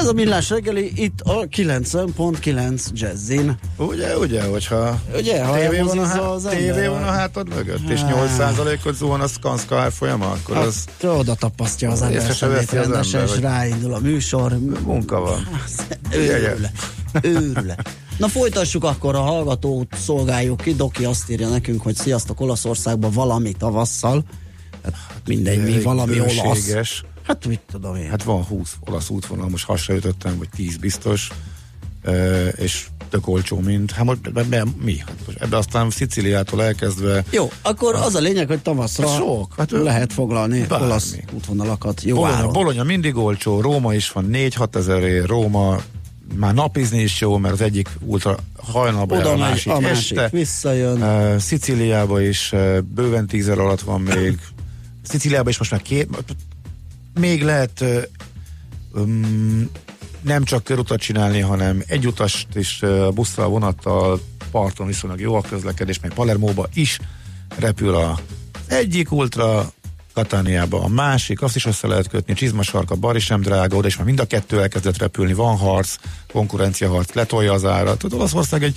[SPEAKER 3] Ez a Millás reggeli itt a kilencven pont kilenc Jazzin.
[SPEAKER 4] Ugye, ugye, hogyha
[SPEAKER 3] ugye, ha
[SPEAKER 4] tévé van, a há-
[SPEAKER 3] az
[SPEAKER 4] tévé van a hátad mögött, és nyolc százalékot zuhan a Skanska árfolyama, akkor
[SPEAKER 3] hát,
[SPEAKER 4] az...
[SPEAKER 3] oda tapasztja az ember szemét rendesen, és ráindul a műsor.
[SPEAKER 4] Munka van.
[SPEAKER 3] Őrüle. Őrüle. Na folytassuk akkor, a hallgatót szolgáljuk ki. Doki azt írja nekünk, hogy sziasztok, Olaszországban valami tavasszal. Hát mindegy, mi valami olasz. Hát mit tudom én.
[SPEAKER 4] Hát van húsz olasz útvonal, most hasraütöttem, vagy tíz biztos, és tök olcsó mind. Hát most be, be, mi? Hát most ebbe aztán Szicíliától elkezdve...
[SPEAKER 3] Jó, akkor az a lényeg, hogy tavaszra sok, hát lehet foglalni bármi olasz útvonalakat jó
[SPEAKER 4] Bologna,
[SPEAKER 3] áron.
[SPEAKER 4] Bologna mindig olcsó, Róma is van négy-hat ezerért, Róma már napizni is jó, mert az egyik ultra hajnalban
[SPEAKER 3] oda
[SPEAKER 4] a
[SPEAKER 3] megy,
[SPEAKER 4] másik,
[SPEAKER 3] a másik
[SPEAKER 4] este.
[SPEAKER 3] Visszajön.
[SPEAKER 4] Uh, Szicíliába is uh, bőven tízer alatt van még. Szicíliában is most már két... Még lehet uh, um, nem csak körutat csinálni, hanem egy utast is uh, busszal, vonattal, parton viszonylag jó a közlekedés, meg Palermóba is repül a egyik ultra, Katániába a másik, azt is össze lehet kötni, Csizmasarka, Bari sem drága, oda is már mind a kettő elkezdett repülni, van harc, konkurenciaharc, letolja az árat. Tehát Olaszország egy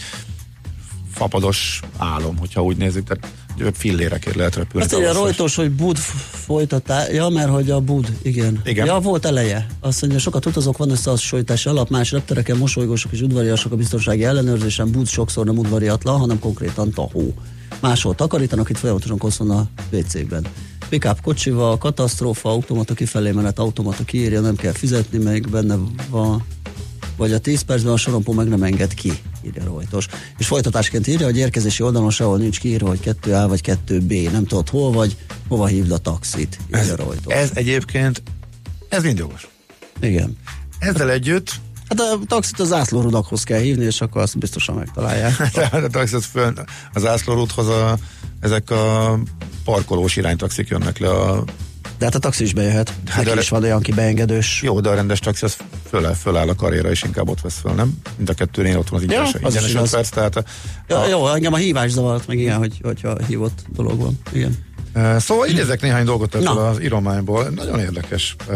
[SPEAKER 4] fapados álom, hogyha úgy nézzük, tehát fillérekért lehet repülni.
[SPEAKER 3] Azt írja Rojtos, hogy Bud folytatá, ja, mert hogy a Bud, igen.
[SPEAKER 4] igen.
[SPEAKER 3] Ja, volt eleje. Azt mondja, sokat utazok, van összehasonlítási alap, más reptereken mosolygósok és udvariasak a biztonsági ellenőrzésen, Bud sokszor nem udvariatlan, hanem konkrétan tahó. Máshol takarítanak, itt folyamatosan koszon a vé cékben. Pick-up kocsival, katasztrófa, automata kifelé menet, automata kiírja, nem kell fizetni, még benne van, vagy a tíz percben a sorompó meg nem enged ki, írja Rojtos. És folytatásként írja, hogy érkezési oldalon sehol nincs kiírva, hogy kettő á vagy kettő bé, nem tudod hol vagy, hova hívd a taxit, írja
[SPEAKER 4] ez,
[SPEAKER 3] Rojtos.
[SPEAKER 4] Ez egyébként, ez mind jogos.
[SPEAKER 3] Igen.
[SPEAKER 4] Ezzel együtt
[SPEAKER 3] hát a taxit az zászlórudakhoz kell hívni, és akkor azt biztosan megtalálják.
[SPEAKER 4] a taxit föl, az zászlórudhoz a, ezek a parkolós iránytaxik jönnek le a...
[SPEAKER 3] De hát a taxi is bejöhet. Hát neki is van olyan kibeengedős.
[SPEAKER 4] Jó, de a rendes taxi az föl, föláll a karriera, és inkább ott vesz föl, nem? Mind a kettőnél ott van az ingyenes, ja, ingyenes öt perc, tehát... A,
[SPEAKER 3] ja, a, jó, engem a hívás zavart meg ilyen, hogy, hogyha hívott dolog van. Igen.
[SPEAKER 4] Uh, szóval idézek néhány dolgot ebből az írományból. Nagyon érdekes. Uh,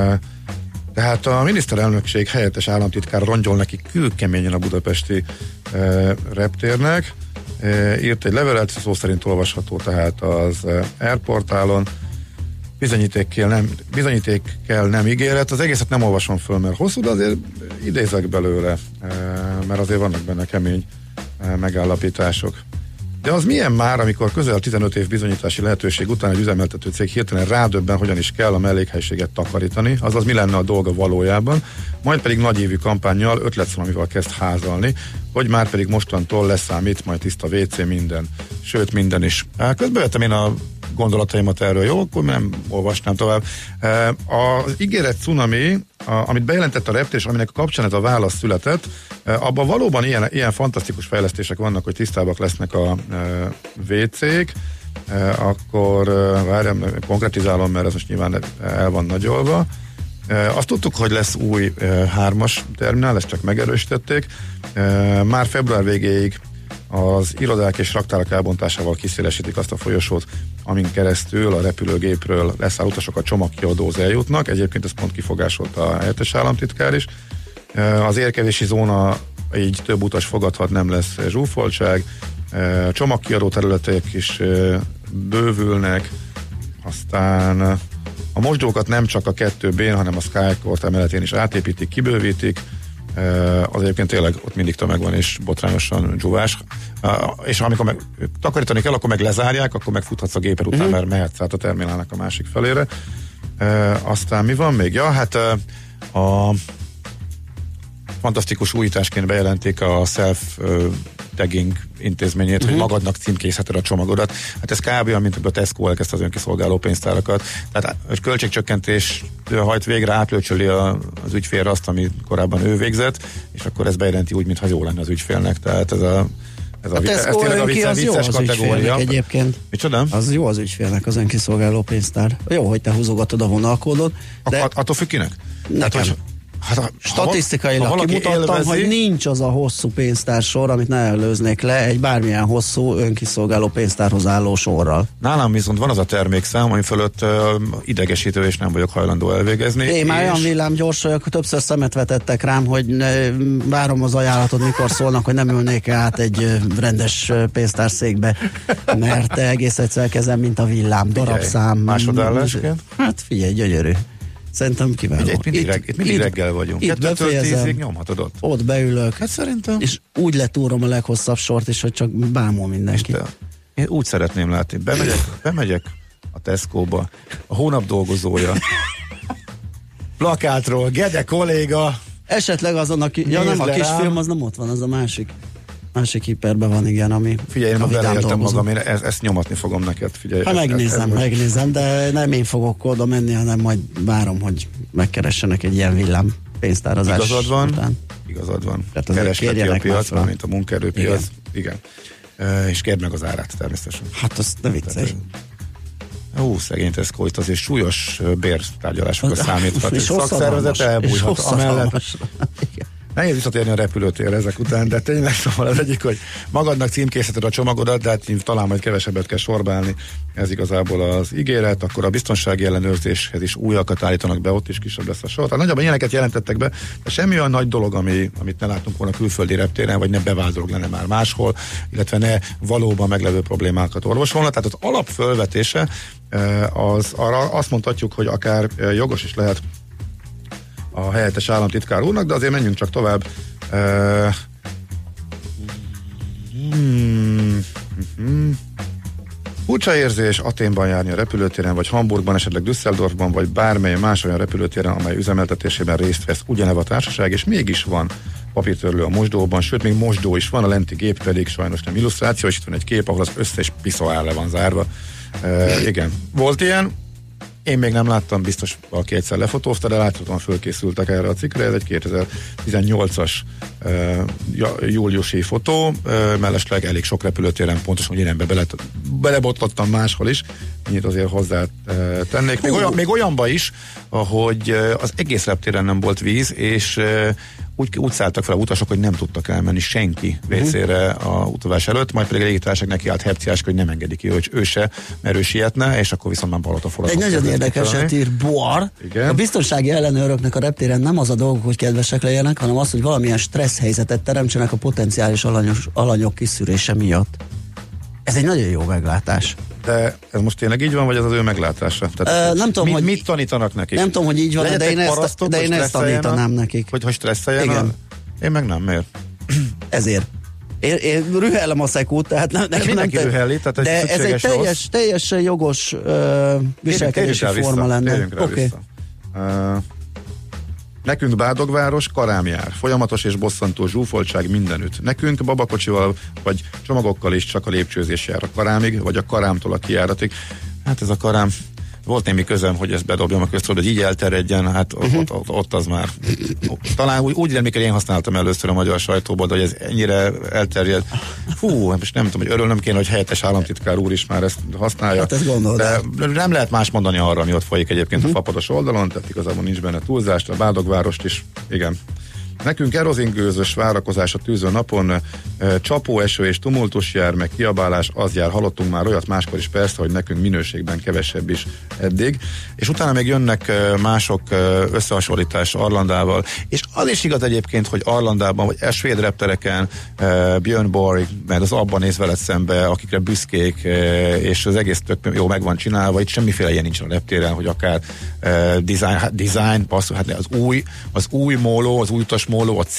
[SPEAKER 4] tehát a miniszterelnökség helyettes államtitkár rongyol neki kőkeményen a budapesti uh, reptérnek. Uh, írt egy levelet, szó szerint olvasható tehát az uh, R-portálon. Bizonyítékkel nem, bizonyítékkel nem ígéret. Az egészet nem olvasom föl, mert hosszú, de azért idézek belőle, uh, mert azért vannak benne kemény uh, megállapítások. De az milyen már, amikor közel tizenöt év bizonyítási lehetőség után egy üzemeltető cég hirtelen rádöbben, hogyan is kell a mellékhelységet takarítani, azaz mi lenne a dolga valójában, majd pedig nagyévű kampánnyal ötletszalamival kezd házalni, hogy már pedig mostantól leszámít majd tiszta vé cé minden, sőt minden is. Közben vettem én a gondolataimat erről, jó? Akkor nem olvasnám tovább. Az ígéret cunami, amit bejelentett a reptér, és aminek a kapcsán ez a válasz született, abban valóban ilyen, ilyen fantasztikus fejlesztések vannak, hogy tisztábbak lesznek a vé cék, akkor várjam, konkretizálom, mert ez most nyilván el van nagyolva. Azt tudtuk, hogy lesz új hármas terminál, ezt csak megerősítették. Már február végéig az irodák és raktárak elbontásával kiszélesítik azt a folyosót, amin keresztül a repülőgépről leszáll utasok a csomagkiadóhoz eljutnak. Egyébként ez pont kifogásolt a helyettes államtitkár is. Az érkezési zóna így több utas fogadhat, nem lesz zsúfoltság. Csomagkiadó területek is bővülnek. Aztán a mosdókat nem csak a kettő bén, hanem a Skycourt emeletén is átépítik, kibővítik. Az egyébként tényleg ott mindig tömeg van, és botrányosan dzsúvás. És amikor meg takarítani kell, akkor meg lezárják, akkor megfuthatsz a géper után, uh-huh. mert mehetsz át a terminálnak a másik felére. Aztán mi van még? Ja, hát a fantasztikus újításként bejelentik a self-tagging intézményét, uh-huh. hogy magadnak címkézheted a csomagodat. Hát ez kb. Mint a Tesco elkezdte az önkiszolgáló pénztárakat. Tehát a költségcsökkentés hajt végre, átlőcsöli a, az ügyfélre azt, amit korábban ő végzett, és akkor ez bejelenti úgy, mintha jó lenne az ügyfélnek. Tehát ez a ez a,
[SPEAKER 3] a Tesco
[SPEAKER 4] ez a vicces,
[SPEAKER 3] az jó az ügyfélnek egyébként.
[SPEAKER 4] Micsoda?
[SPEAKER 3] Az jó az ügyfélnek, az önkiszolgáló pénztár. Jó, hogy te húzogatod a vonalkódot.
[SPEAKER 4] De... Ak- attól függ kinek?
[SPEAKER 3] Nekem.
[SPEAKER 4] Hát,
[SPEAKER 3] Hát, statisztikailag kimutattam, élvezi, hogy nincs az a hosszú pénztársor, amit ne előznék le egy bármilyen hosszú önkiszolgáló pénztárhoz álló sorral.
[SPEAKER 4] Nálam viszont van az a termékszám, ami fölött uh, idegesítő, és nem vagyok hajlandó elvégezni.
[SPEAKER 3] Én már olyan villám gyors vagyok, többször szemet vetettek rám, hogy ne, várom az ajánlatot, mikor szólnak, hogy nem ülnék át egy rendes pénztárszékbe, mert egész egyszer kezem, mint a villám, darabszám.
[SPEAKER 4] Másodállásként?
[SPEAKER 3] Hát figyelj, gyönyörű. Szerintem kiváló.
[SPEAKER 4] Itt mindig, reg, itt mindig itt, reggel vagyunk. kettőtől tízig nyomhatod ott.
[SPEAKER 3] Ott beülök.
[SPEAKER 4] Hát szerintem.
[SPEAKER 3] És úgy letúrom a leghosszabb sort is, hogy csak bámul mindenki.
[SPEAKER 4] Én úgy szeretném látni. Bemegyek, bemegyek a Tesco-ba, a hónap dolgozója, plakátról, Gede kolléga.
[SPEAKER 3] Esetleg azon, aki, ja nem, a kisfilm az nem ott van, az a másik. Másik hiperben van, igen, ami
[SPEAKER 4] figyelj, én ma beleértem magam, én ezt, ezt nyomatni fogom neked, figyelj.
[SPEAKER 3] Ha megnézem, ezt, megnézem, de nem én fogok oda menni, hanem majd várom, hogy megkeressenek egy ilyen villám pénztárazás
[SPEAKER 4] igazad van,
[SPEAKER 3] után.
[SPEAKER 4] Igazad van. Keresketi a piac, mint a munkaerőpiac. Igen. igen. És kérd meg az árát természetesen.
[SPEAKER 3] Hát azt ne viccelj.
[SPEAKER 4] Ó, szegény Tesco, itt azért súlyos bértárgyalásokra számíthat. És szakszervezet elbújhat amellett. Nehéz visszatérni a repülőtérre ezek után, de tényleg szóval az egyik, hogy magadnak címkészíted a csomagodat, de hát talán majd kevesebbet kell sorbálni, ez igazából az ígéret, akkor a biztonsági ellenőrzéshez is újakat állítanak be, ott is kisebb lesz a sor. Tehát nagyjából ilyeneket jelentettek be, de semmi olyan nagy dolog, ami, amit ne látunk volna külföldi reptéren, vagy ne bevált dolog lenne már máshol, illetve ne valóban meglevő problémákat orvosolna. Tehát az alapfölvetése az, arra azt mondhatjuk, hogy akár jogos is lehet a helyettes államtitkár úrnak, de azért menjünk csak tovább. Uh, hmm, hmm. Furcsa érzés Athénban járni a repülőtéren, vagy Hamburgban, esetleg Düsseldorfban, vagy bármely más olyan repülőtéren, amely üzemeltetésében részt vesz ugyanez a társaság, és mégis van papírtörlő a mosdóban, sőt, még mosdó is van, a lenti gép pedig sajnos nem illusztráció, és itt van egy kép, ahol az összes piszoár le van zárva. Uh, igen, volt ilyen. Én még nem láttam, biztos valaki egyszer lefotózta, de láthatóan fölkészültek erre a cikkre. Ez egy kétezer-tizennyolcas uh, júliusi fotó, uh, mellesleg elég sok repülőtéren pontosan, hogy én ebbe bele, belebotlottam máshol is, ennyit azért hozzá uh, tennék. Még, olyan, még olyanba is, hogy uh, az egész reptéren nem volt víz, és uh, úgy, úgy szálltak fel a utasok, hogy nem tudtak elmenni senki vécére a utazás előtt, majd pedig a légitársaság neki állt herciások, hogy nem engedik ki, hogy ő se, mert ő sietne, és akkor viszont már balott a forradalom.
[SPEAKER 3] Egy nagyon érdekeset ír Boar. Igen. A biztonsági ellenőröknek a reptéren nem az a dolgok, hogy kedvesek legyenek, hanem az, hogy valamilyen stressz helyzetet teremtsenek a potenciális alanyos, alanyok kiszűrése miatt. Ez egy nagyon jó meglátás.
[SPEAKER 4] De ez most tényleg így van, vagy ez az ő meglátása? Tehát,
[SPEAKER 3] uh, nem tudom,
[SPEAKER 4] mit,
[SPEAKER 3] hogy
[SPEAKER 4] mit tanítanak nekik?
[SPEAKER 3] Nem tudom, hogy így van, de én ezt, de én ezt tanítanám
[SPEAKER 4] a,
[SPEAKER 3] nekik.
[SPEAKER 4] Hogy, hogy stresszeljen? Igen. A, én meg nem, miért?
[SPEAKER 3] Ezért. Én, én rühellem a szekút, tehát nem, nekem nem te,
[SPEAKER 4] rühelli, tehát egy
[SPEAKER 3] de ez egy teljes, teljesen jogos uh, viselkedési forma lenne.
[SPEAKER 4] Okay. Uh, nekünk Bádogváros karám jár, folyamatos és bosszantó zsúfoltság mindenütt. Nekünk babakocsival vagy csomagokkal is csak a lépcsőzés jár a karámig, vagy a karámtól a kijáratig. Hát ez a karám, volt némi közöm, hogy ezt bedobjam a köztől, hogy így elterjedjen, hát uh-huh. ott, ott, ott az már. Talán úgy, úgy amikor én használtam először a magyar sajtóban, de hogy ez ennyire elterjed. Fú, és nem tudom, hogy örülnöm kéne, hogy helyettes államtitkár úr is már ezt használja.
[SPEAKER 3] Hát ezt gondolod.
[SPEAKER 4] De nem lehet más mondani arra, ami ott folyik egyébként uh-huh. a fapados oldalon, tehát igazából nincs benne túlzást, a Bádogvárost is, igen. Nekünk erozingőzös várakozás a tűző napon, csapó, eső és tumultus jár, meg kiabálás, az jár, hallottunk már olyat máskor is persze, hogy nekünk minőségben kevesebb is eddig, és utána még jönnek mások összehasonlítás Arlandával, és az is igaz egyébként, hogy Arlandában, vagy a svéd reptereken Björn Borg, meg az abban néz veled szembe, akikre büszkék, és az egész tök jó meg van csinálva, itt semmiféle ilyen nincs a reptéren, hogy akár design, design passz, hát az új, az új móló, az új utas móló, a C,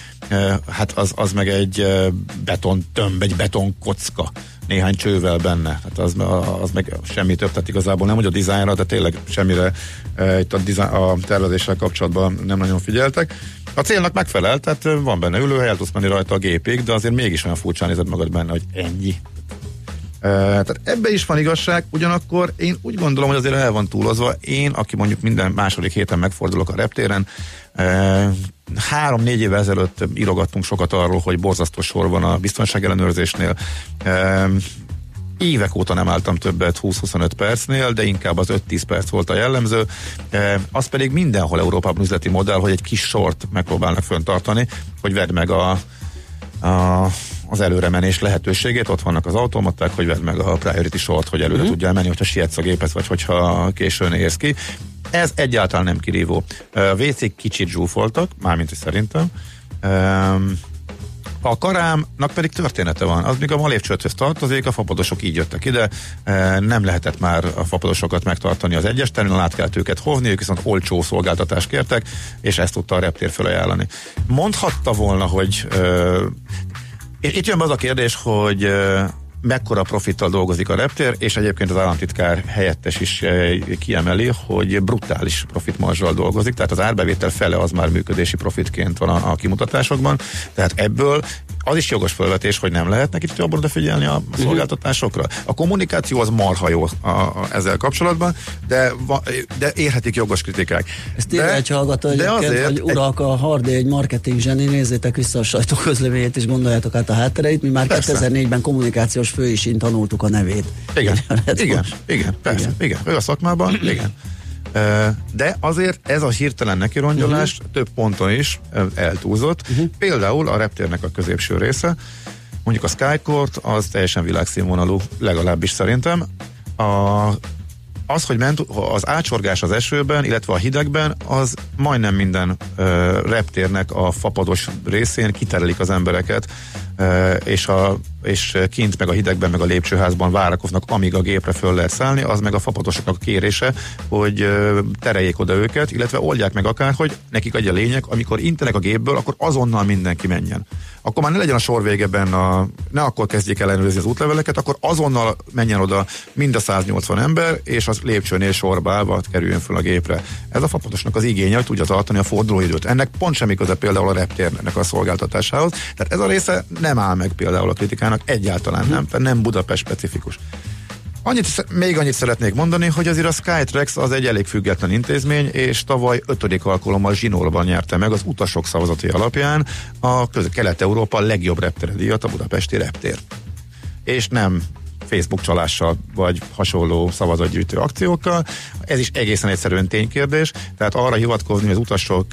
[SPEAKER 4] hát az, az meg egy beton tömb, egy betonkocka néhány csővel benne. Hát az, az meg semmi több, tehát igazából nem, hogy a dizájnra, de tényleg semmire itt a, design, a tervezéssel kapcsolatban nem nagyon figyeltek. A célnak megfelel, tehát van benne ülőhely, el tudsz menni rajta a gépig, de azért mégis olyan furcsán nézed magad benne, hogy ennyi. Uh, tehát ebbe is van igazság, ugyanakkor én úgy gondolom, hogy azért el van túlozva. Én, aki mondjuk minden második héten megfordulok a reptéren, uh, három-négy évvel ezelőtt írogattunk sokat arról, hogy borzasztó sor van a biztonságellenőrzésnél. Uh, évek óta nem álltam többet húsz-huszonöt percnél, de inkább az öt-tíz perc volt a jellemző. E, az pedig mindenhol Európában üzleti modell, hogy egy kis sort megpróbálnak föntartani, hogy vedd meg a, a, az előremenés lehetőségét. Ott vannak az automaták, hogy vedd meg a priority sort, hogy előre mm. tudjál menni, hogyha sietsz a gépet, vagy hogyha későn érsz ki. Ez egyáltalán nem kirívó. A vé cék kicsit zsúfoltak, mármint is szerintem. A karámnak pedig története van. Az még a malévcsőthöz tartozik, a fapadosok így jöttek ide, nem lehetett már a fapadosokat megtartani az egyes terminálon, át kellett őket hovni, ők viszont olcsó szolgáltatást kértek, és ezt tudta a reptér felajánlani. Mondhatta volna, hogy itt jön be az a kérdés, hogy mekkora profittal dolgozik a reptér, és egyébként az államtitkár helyettes is kiemeli, hogy brutális profitmarzsal dolgozik, tehát az árbevétel fele az már működési profitként van a, a kimutatásokban, tehát ebből az is jogos felvetés, hogy nem lehet neki jobban odafigyelni a szolgáltatásokra. A kommunikáció az marha jó a, a, ezzel kapcsolatban, de, de érhetik jogos kritikák.
[SPEAKER 3] Ezt írja egy hallgató egyébként, hogy urak, a Hardy egy marketing zseni, nézzétek vissza a sajtóközleményét és gondoljátok át a háttereit, mi már persze. kétezer-négyben kommunikációs főisén tanultuk a nevét.
[SPEAKER 4] Igen, igen, igen, persze, igen. igen, ő a szakmában, igen. De azért ez a hirtelen nekirongyolás uh-huh. több ponton is eltúlzott. Uh-huh. Például a reptérnek a középső része, mondjuk a Skycourt, az teljesen világszínvonalú, legalábbis szerintem. A, az, hogy ment, az átsorgás az esőben, illetve a hidegben, az majdnem minden uh, reptérnek a fapados részén kiterelik az embereket, uh, és, a, és kint meg a hidegben, meg a lépcsőházban várakoznak, amíg a gépre föl lehet szállni, az meg a fapadosoknak a kérése, hogy uh, tereljék oda őket, illetve oldják meg akár, hogy nekik egy a lényeg, amikor intenek a gépből, akkor azonnal mindenki menjen. Akkor már ne legyen a sor végeben, a, ne akkor kezdjék ellenőrizni az útleveleket, akkor azonnal menjen oda mind a száznyolcvan ember, és az lépcsőnél sorba állva kerüljön föl a gépre. Ez a fapadosnak az igénye, hogy tudja tartani a fordulóidőt. Ennek pont semmi köze például a reptérnek a szolgáltatásához. Tehát ez a része nem áll meg például a kritikának, egyáltalán nem, tehát nem Budapest specifikus. Annyit, még annyit szeretnék mondani, hogy azért a Skytrax az egy elég független intézmény, és tavaly ötödik alkalommal zsinórban nyerte meg az utasok szavazati alapján a Kelet-Európa legjobb reptere díjat, a budapesti reptér. És nem Facebook csalással, vagy hasonló szavazatgyűjtő akciókkal. Ez is egészen egyszerűen ténykérdés, tehát arra hivatkozni, hogy az utasok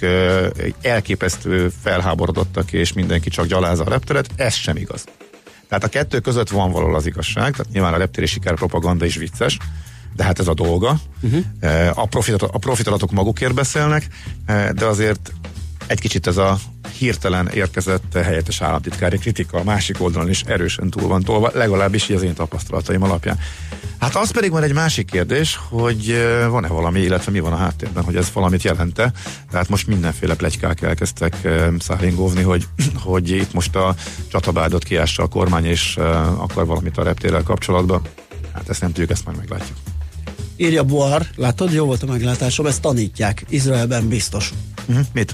[SPEAKER 4] elképesztő felháborodottak, és mindenki csak gyalázza a repteret, ez sem igaz. Tehát a kettő között van valahol az igazság, tehát nyilván a reptéri sikerpropaganda is vicces, de hát ez a dolga. Uh-huh. A, profit, a profitadatok magukért beszélnek, de azért egy kicsit ez a hirtelen érkezett helyettes államtitkári kritika a másik oldalon is erősen túl van tolva, legalábbis így az én tapasztalataim alapján. Hát az pedig van egy másik kérdés, hogy van-e valami, illetve mi van a háttérben, hogy ez valamit jelente. Tehát most mindenféle pletykák elkezdtek száringóvni, hogy, hogy itt most a csatabárdot kiássa a kormány, és akar valamit a reptérrel kapcsolatban. Hát ezt nem tudjuk, ezt majd meglátjuk.
[SPEAKER 3] Írja Boar, látod, jó volt a meglátásom, ezt tanítják, Izraelben biztos.
[SPEAKER 4] Uh-huh. Mit?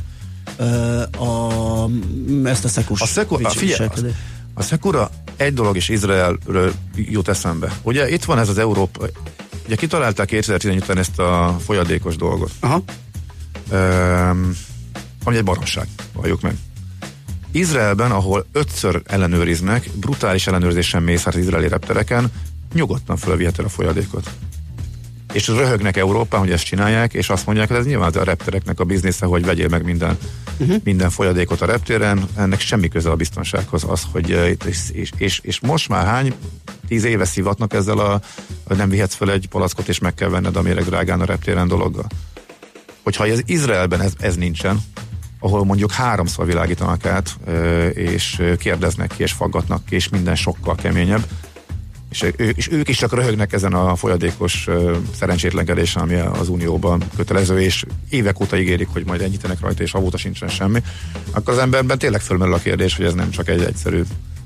[SPEAKER 3] Uh, a, ezt a szekus
[SPEAKER 4] a, szeku, a, figyelj, a, a szekura egy dolog is Izraelről jut eszembe. Ugye itt van ez az Európa, ugye kitalálták kétezer-tizenötben ezt a folyadékos dolgot. Aha. Um, ami egy baromság, valljuk meg. Izraelben, ahol ötször ellenőriznek, brutális ellenőrzésen mész hát az izraeli reptereken, nyugodtan fölviheted a folyadékot. És röhögnek Európán, hogy ezt csinálják, és azt mondják, hogy ez nyilván a reptereknek a biznisze, hogy vegyél meg minden, uh-huh. minden folyadékot a reptéren, ennek semmi köze a biztonsághoz az, hogy és, és, és, és most már hány tíz éve szivatnak ezzel a, hogy nem vihetsz fel egy palackot, és meg kell venned a méreg drágán a reptéren dologgal. Hogyha ez Izraelben ez, ez nincsen, ahol mondjuk háromszor világítanak át, és kérdeznek ki, és faggatnak ki, és minden sokkal keményebb, És, ő, és ők is csak röhögnek ezen a folyadékos uh, szerencsétlenkedésen, ami az Unióban kötelező, és évek óta ígérik, hogy majd enyhítenek rajta, és avóta sincsen semmi, akkor az emberben tényleg fölmerül a kérdés, hogy ez nem csak egy egyszerű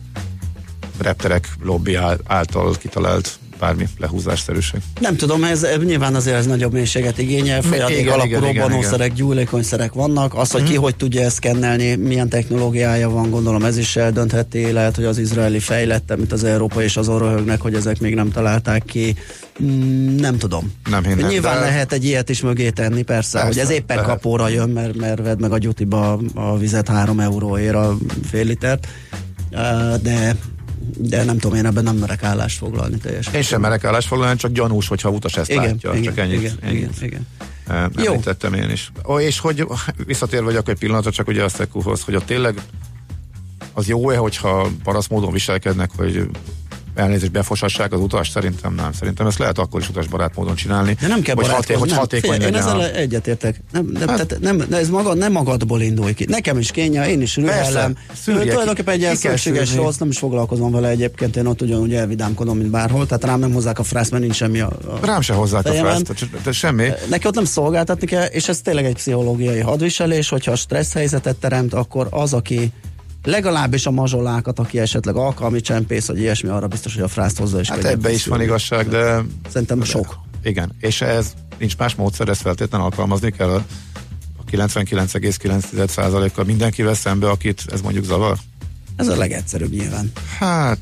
[SPEAKER 4] repterek lobby által kitalált bármi lehúzásszerűség.
[SPEAKER 3] Nem tudom, ez nyilván azért ez nagyobb mélységet igényel, folyadék alapú robbanószerek, gyújlékonyszerek vannak, az, hogy hmm. ki hogy tudja ezt szkennelni, milyen technológiája van, gondolom ez is eldöntheti, lehet, hogy az izraeli fejlettebb, mint az európai, és azon röhögnek, hogy ezek még nem találták ki. Mm, nem tudom.
[SPEAKER 4] Nem hinnem,
[SPEAKER 3] nyilván
[SPEAKER 4] de...
[SPEAKER 3] lehet egy ilyet is mögé tenni, persze, persze hogy ez éppen lehet. Kapóra jön, mert, mert vedd meg a gyutiba a vizet három euróért a fél litert, de de nem tudom, én ebben nem merek állást foglalni teljesen.
[SPEAKER 4] Én sem merek állást foglalni, csak gyanús, hogyha utas ezt
[SPEAKER 3] igen,
[SPEAKER 4] látja.
[SPEAKER 3] Igen,
[SPEAKER 4] csak ennyit,
[SPEAKER 3] igen,
[SPEAKER 4] ennyit.
[SPEAKER 3] igen, igen.
[SPEAKER 4] Említettem én is. Ó, és hogy visszatérve vagyok egy pillanatra, csak ugye a Szekuhoz, hogy ott tényleg az jó-e, hogyha paraszt módon viselkednek, hogy elnézést befosassák az utast? Szerintem nem. Szerintem ezt lehet akkor is utasbarát módon csinálni.
[SPEAKER 3] De nem kell
[SPEAKER 4] hogy,
[SPEAKER 3] barátkozni.
[SPEAKER 4] haté- hogy
[SPEAKER 3] nem,
[SPEAKER 4] hatékony
[SPEAKER 3] fél, én
[SPEAKER 4] legyen.
[SPEAKER 3] ezzel
[SPEAKER 4] A...
[SPEAKER 3] egyetértek. Nem, nem, hát, tehát nem, ez maga, nem magadból indulj ki. Nekem is kénye, én is rühellem. Tulajdonképpen egy ilyen szükséges rossz, nem is foglalkozom vele egyébként, én ott ugyanúgy elvidámkodom, mint bárhol, tehát rám nem hozzák a frászt, mert nincs semmi a, a
[SPEAKER 4] Rám se hozzák a frászt, tehát semmi.
[SPEAKER 3] Neki ott nem szolgáltatni kell, és ez tényleg egy pszichológiai hadviselés, hogyha stressz helyzetet teremt, akkor az, aki legalábbis a mazsolákat, aki esetleg alkalmi csempész, vagy ilyesmi, arra biztos, hogy a frászt hozza. És
[SPEAKER 4] hát ebbe is van igazság, de...
[SPEAKER 3] Szerintem sok.
[SPEAKER 4] Igen, és ez nincs más módszer, ezt feltétlenül alkalmazni kell a kilencvenkilenc egész kilenc százalékkal mindenkivel szembe, akit ez mondjuk zavar?
[SPEAKER 3] Ez a legegyszerűbb nyilván.
[SPEAKER 4] Hát...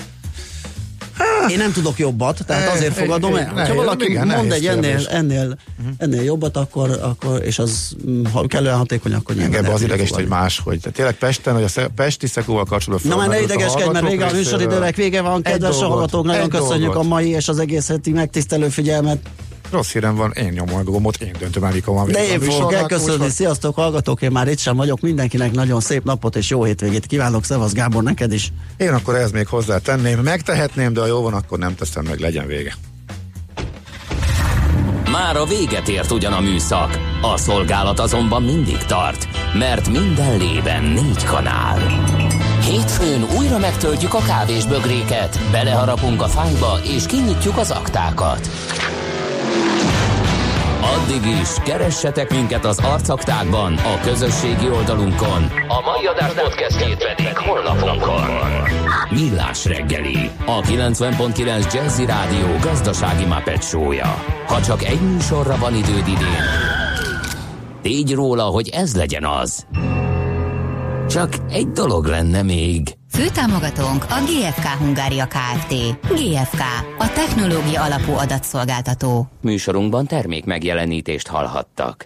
[SPEAKER 3] Én nem tudok jobbat, tehát azért fogadom el. Ha valaki igen, mond egy ennél, ennél, uh-huh. ennél jobbat, akkor, akkor és az ha kellően hatékony, akkor nyilván.
[SPEAKER 4] Ebben az ideges, hogy más, hogy tényleg Pesten, hogy a sze- Pesti Szekóval kapcsolatban.
[SPEAKER 3] Na már ne idegeskedj, mert vége a műsoridőnek, vége van, kedves hallgatók, nagyon köszönjük dolgot. A mai és az egész heti megtisztelő figyelmet.
[SPEAKER 4] Rossz hírem van, én nyomom a gombot, én döntöm el, mikor van.
[SPEAKER 3] De én fogok elköszönni, úgy, sziasztok hallgatók, én már itt sem vagyok, mindenkinek nagyon szép napot és jó hétvégét kívánok, szevasz Gábor, neked is.
[SPEAKER 4] Én akkor ehhez még hozzátenném, megtehetném, de ha jó van, akkor nem teszem meg, legyen vége.
[SPEAKER 1] Már a véget ért ugyan a műszak, a szolgálat azonban mindig tart, mert minden lében négy kanál. Hétfőn újra megtöltjük a kávésbögréket, beleharapunk a fányba és kinyitjuk az aktákat. Addig is keressetek minket az arcaktákban, a közösségi oldalunkon. A mai adás podcastjét pedig honlapunkon. Millás reggeli, a kilencven pont kilenc Jazzy Rádió gazdasági Muppet show-ja. Ha csak egy műsorra van időd idén, tégy róla, hogy ez legyen az. Csak egy dolog lenne még.
[SPEAKER 2] Főtámogatónk a gé ef ká Hungária Kft. gé ef ká, a technológia alapú adatszolgáltató.
[SPEAKER 1] Műsorunkban termék megjelenítést hallhattak.